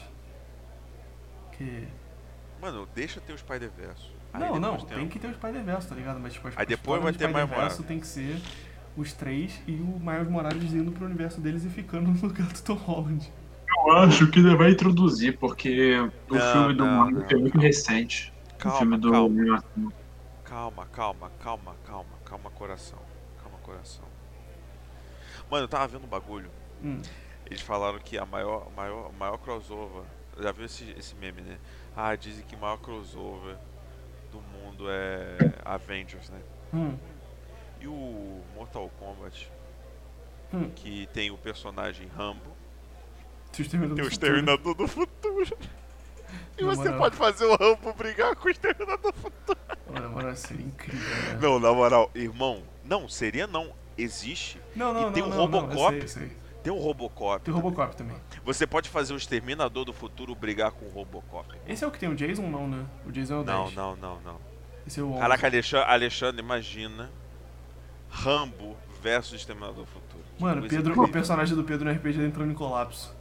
Que... Mano, deixa ter o Spider-Verse. Aí Não, não, depois tem um- que ter o Spider-Verse, tá ligado? Mas tipo, a Aí depois história vai do ter Miles Spider-Verse Morales. tem que ser os três e o Miles Morales indo pro universo deles e ficando no lugar do Tom Holland. Eu acho que ele vai introduzir, porque o Não, filme do não, Miles não, é muito não. recente. O Calma, filme do calma. Calma, calma, calma, calma, calma, coração. Calma, coração. Mano, eu tava vendo um bagulho. Hum. Eles falaram que a maior, maior, maior crossover. Já viu esse, esse meme, né? Ah, dizem que o maior crossover do mundo é Avengers, né? Hum. E o Mortal Kombat, Hum. que tem o personagem Rambo, Se o Exterminador tem o do Futuro- Exterminador do Futuro. E Na você moral. pode fazer o Rambo brigar com o Exterminador do Futuro. Pô, na moral, seria incrível, né? Não, na moral, irmão, não, seria não. Existe. Não, não, E tem não, o não, não, Robocop. eu sei, eu sei. Tem o Robocop. Tem o Robocop também. Você pode fazer o Exterminador do Futuro brigar com o Robocop. Esse é o que tem o Jason, não, né? O Jason é o Não, dez. não, não, não. Esse é o onze. Caraca, Alexandre, Alexandre, imagina Rambo versus Exterminador do Futuro. Que Mano, coisa Pedro, o incrível. personagem do Pedro no R P G entrando em colapso.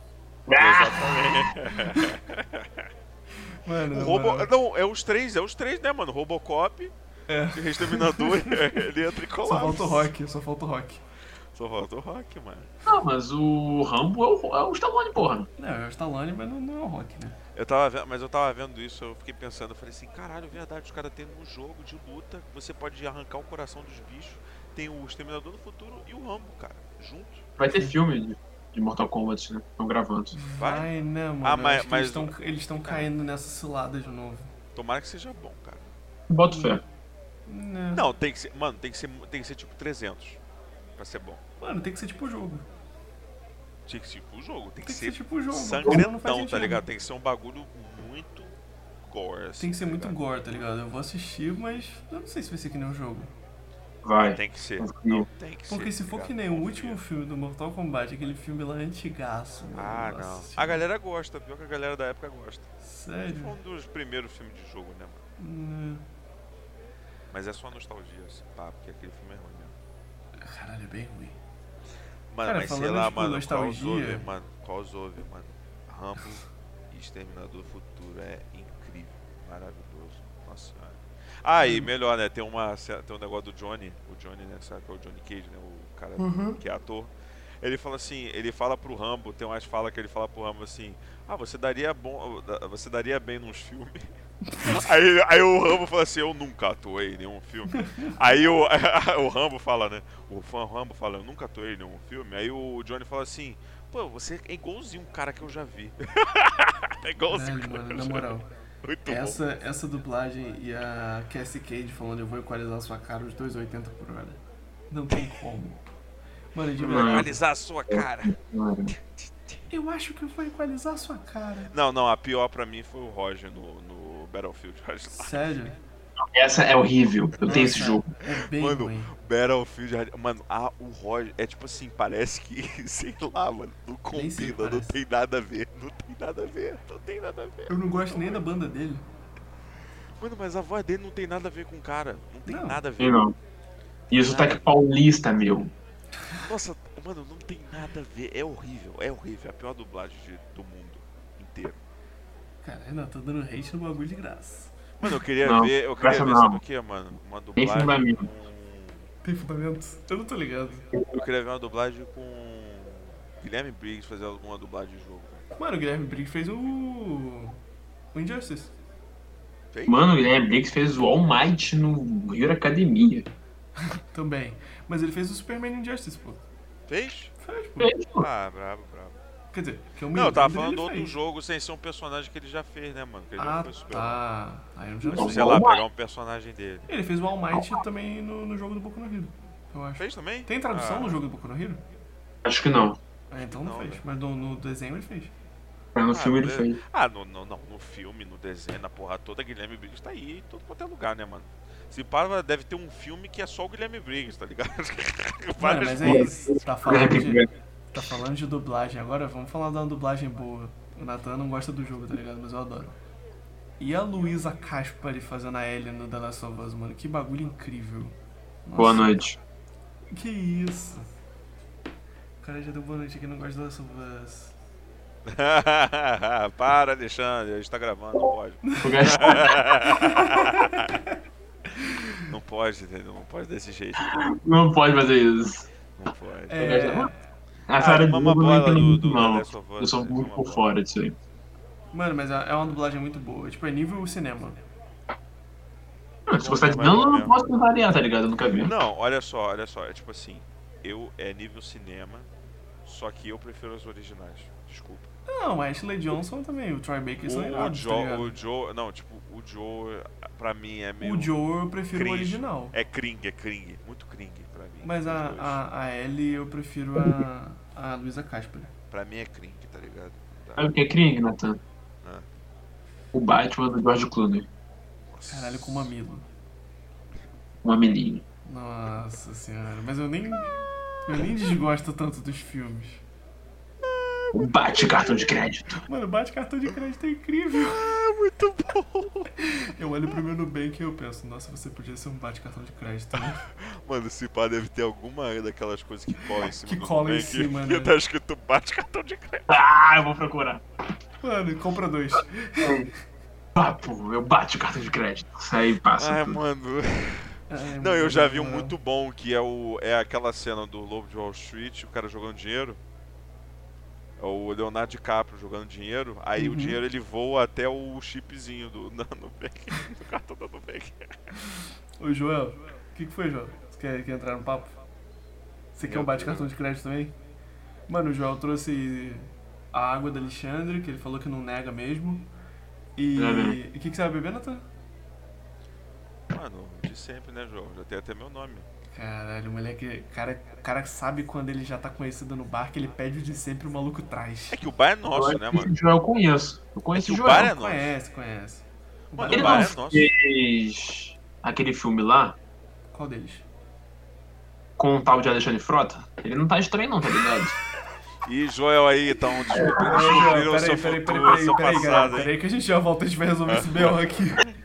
Exatamente. Mano, O na Robo... moral. Não, é os três, é os três, né, mano? Robocop, É. Exterminador, ele entra em colapso. Só falta o Rock, só falta o Rock. Só falta o Rock, mano. Não, mas o Rambo é o, é o Stallone, porra. Não, é o Stallone, mas não, não é o Rock, né? Eu tava vendo, mas eu tava vendo isso, eu fiquei pensando, eu falei assim, caralho, verdade, os caras têm um jogo de luta, você pode arrancar o coração dos bichos, tem o Exterminador do Futuro e o Rambo, cara, juntos. Vai ter filme de, de Mortal Kombat, né? Estão gravando. Vai? Vai, né, mano? Ah, Eu mas- acho que mas- eles estão eles estão caindo nessa cilada de novo. Tomara que seja bom, cara. Boto fé. Né? Não, tem que ser, mano, tem que ser, tem que ser tipo trezentos pra ser bom. Mano, tem que ser tipo o jogo. Tinha que ser tipo o jogo, tem Tem que que ser ser tipo o jogo. Não faz sangrentão, sentido. tá ligado? Tem que ser um bagulho muito gore, assim, Tem que ser tá muito ligado? gore, tá ligado? Eu vou assistir, mas eu não sei se vai ser que nem o jogo. Vai. Tem que ser, Confia. não, tem que ser. Porque se tá for ligado? que nem o Confia. último filme do Mortal Kombat, aquele filme lá antigaço, mano. Ah, nossa não. senhora. A galera gosta, pior que a galera da época gosta. Foi Sério? um dos primeiros filmes de jogo, né, mano? Hum, Mas é só nostalgia, esse papo, porque aquele filme é ruim mesmo. Caralho, é bem ruim. Mano, Cara, mas sei falando, lá, tipo, mano, nostalgia- crossover, mano, crossover, mano. Rambo e Exterminador do Futuro é incrível, maravilhoso. Nossa senhora. Ah, e melhor, né? Tem, uma, tem um negócio do Johnny, o Johnny, né? Sabe que é o Johnny Cage, né? O cara Uhum. que é ator. Ele fala assim, ele fala pro Rambo, tem umas falas que ele fala pro Rambo assim, ah, você daria bom. Você daria bem nos filmes. Aí, aí o Rambo fala assim, eu nunca atuei em nenhum filme. Aí o, o Rambo fala, né? O fã Rambo fala, eu nunca atuei em nenhum filme. Aí o Johnny fala assim, pô, você é igualzinho um cara que eu já vi. É igualzinho. Caralho, um cara mano, que eu na já moral. vi. Muito bom. Essa, essa dublagem e a Cassie Cage falando eu vou equalizar sua cara os dois oitenta por hora. Não tem como. Mano, de verdade. Analisar a sua cara. Eu acho que eu vou equalizar sua cara. Não, não, a pior pra mim foi o Roger no, no Battlefield Hardline. Sério? Essa é horrível. Eu tenho esse Nossa, jogo. É bem Mano, ruim. Battlefield Hardline. Mano, ah, o Roger é tipo assim, parece que, sei lá, mano, não Nem sei o que combina, não parece. tem nada a ver, não tem nada a ver, não tem nada a ver. Eu não gosto nem da banda dele. Mano, mas a voz dele não tem nada a ver com o cara, não tem Não. nada a ver. E não. E o sotaque paulista, meu. Nossa, mano, não tem nada a ver, é horrível, é horrível, é a pior dublagem de- do mundo inteiro. Caralho, não, tô dando hate no bagulho de graça. Mano, eu queria Não, ver, eu queria essa ver, não. sabe o que, mano? Uma dublagem fundamento. com... Tem fundamento? Eu não tô ligado. Eu queria ver uma dublagem com Guilherme Briggs fazer alguma dublagem de jogo. Mano, o Guilherme Briggs fez o. O Injustice. Fez? Mano, o Guilherme Briggs fez o All Might no Hero Academia. Também. Mas ele fez o Superman Injustice, pô. Fez? Fez, pô. Fez, pô. Ah, brabo, brabo. Quer dizer, que eu me Não, eu tava lembro, falando ele do outro fez. jogo sem ser um personagem que ele já fez, né, mano? Que ele já Ah, foi super. tá. Aí eu já Não, não Sei sei. lá, All Might. pegar um personagem dele. Ele fez o All Might também no, no jogo do Boku no Hero, eu acho. Fez também? Tem tradução Ah, no jogo do Boku no Hero? Acho que não. Ah, então não, Não, fez. né? Mas no, no desenho ele fez. Mas no Ah, filme ele beleza. fez. Ah, no, no, não, no filme, no desenho, na porra toda, Guilherme Briggs tá aí em todo quanto é lugar, né, mano? Se para, deve ter um filme que é só o Guilherme Briggs, tá ligado? Mano, Várias mas é coisas. isso. Tá falando de, tá falando de dublagem agora, vamos falar de uma dublagem boa. O Nathan não gosta do jogo, tá ligado? Mas eu adoro. E a Luísa Caspari fazendo a Ellie no The Last of Us, mano? Que bagulho incrível. Nossa, Boa noite. Que isso? O cara já deu boa noite aqui, não gosta do The Last of Us. Para, Alexandre, a gente tá gravando, não pode. O gajo- Não pode, entendeu? Não pode desse jeito. Não pode fazer isso. Não pode. É. Essa área de uma jogo eu não bola entendo do- muito, do The não. Last of Us, Eu sou né? muito Uma por bola. fora disso aí. Mano, mas é é uma dublagem muito boa. Tipo, é nível cinema. Não, se você tá Mas dizendo, bom eu não mesmo. posso variar, tá ligado? Eu nunca vi. Não, olha só, olha só. É tipo assim, eu é nível cinema, só que eu prefiro as originais. Desculpa. Não, a Ashley Johnson também, o Troy Baker são O, o irados, tá Joe, ligado? o Joe, não, tipo, o Joe pra mim é meio O Joe eu prefiro o cringe. original. É cringe, é cringe, muito cringe pra mim. Mas os a, dois. a, a Ellie eu prefiro a, a Luísa Caspari. Pra mim é cringe, tá ligado? Tá. Sabe o que é cringe, Nathan? Ah. O Batman do George Clooney. Nossa. Caralho, com mamilo. Uma menina. Nossa senhora, mas eu nem. Eu nem desgosto tanto dos filmes. O bate cartão de crédito. Mano, bate cartão de crédito é incrível. Ah, muito bom. Eu olho pro meu Nubank e eu penso, nossa, você podia ser um bate cartão de crédito, né? Mano, se pá, deve ter alguma daquelas coisas que colam em cima Que do colam em Nubank cima, que né? tá escrito bate cartão de crédito. Ah, eu vou procurar. Mano, compra dois. Papo, eu bate o cartão de crédito. Isso aí passa. Ai, tudo. mano. Ai, Não, eu mano, já vi um na muito bom que é o é aquela cena do Lobo de Wall Street, o cara jogando dinheiro. É o Leonardo DiCaprio jogando dinheiro, aí Uhum. o dinheiro ele voa até o chipzinho do da Nubank, do cartão da Nubank. Ô Joel, o que, que foi, Joel? Você quer, quer entrar no papo? Você quer um Meu bate Deus. cartão de crédito também? Mano, o Joel trouxe a água do Alexandre, que ele falou que não nega mesmo. E É, né? e o que, que você vai beber, Nathan? Mano, de sempre, né, João? Já tem até meu nome. Caralho, o moleque, cara, cara sabe quando ele já tá conhecido no bar que ele pede o de sempre, o maluco traz. É que o bar é nosso, Eu né, acho que mano? O Joel eu conheço. Eu conheço É o que o Joel. bar é nosso. Conhece, conhece. O Mano, bar- Ele o bar não é nosso. fez aquele filme lá Qual deles? com o tal de Alexandre Frota? Ele não tá estranho não, tá ligado? E Joel aí, então, descobrindo, Ô, Joel, descobrindo o peraí, seu peraí, futuro, peraí, seu peraí, passado, galera, hein? peraí que a gente já volta, a gente vai resolver esse B O aqui.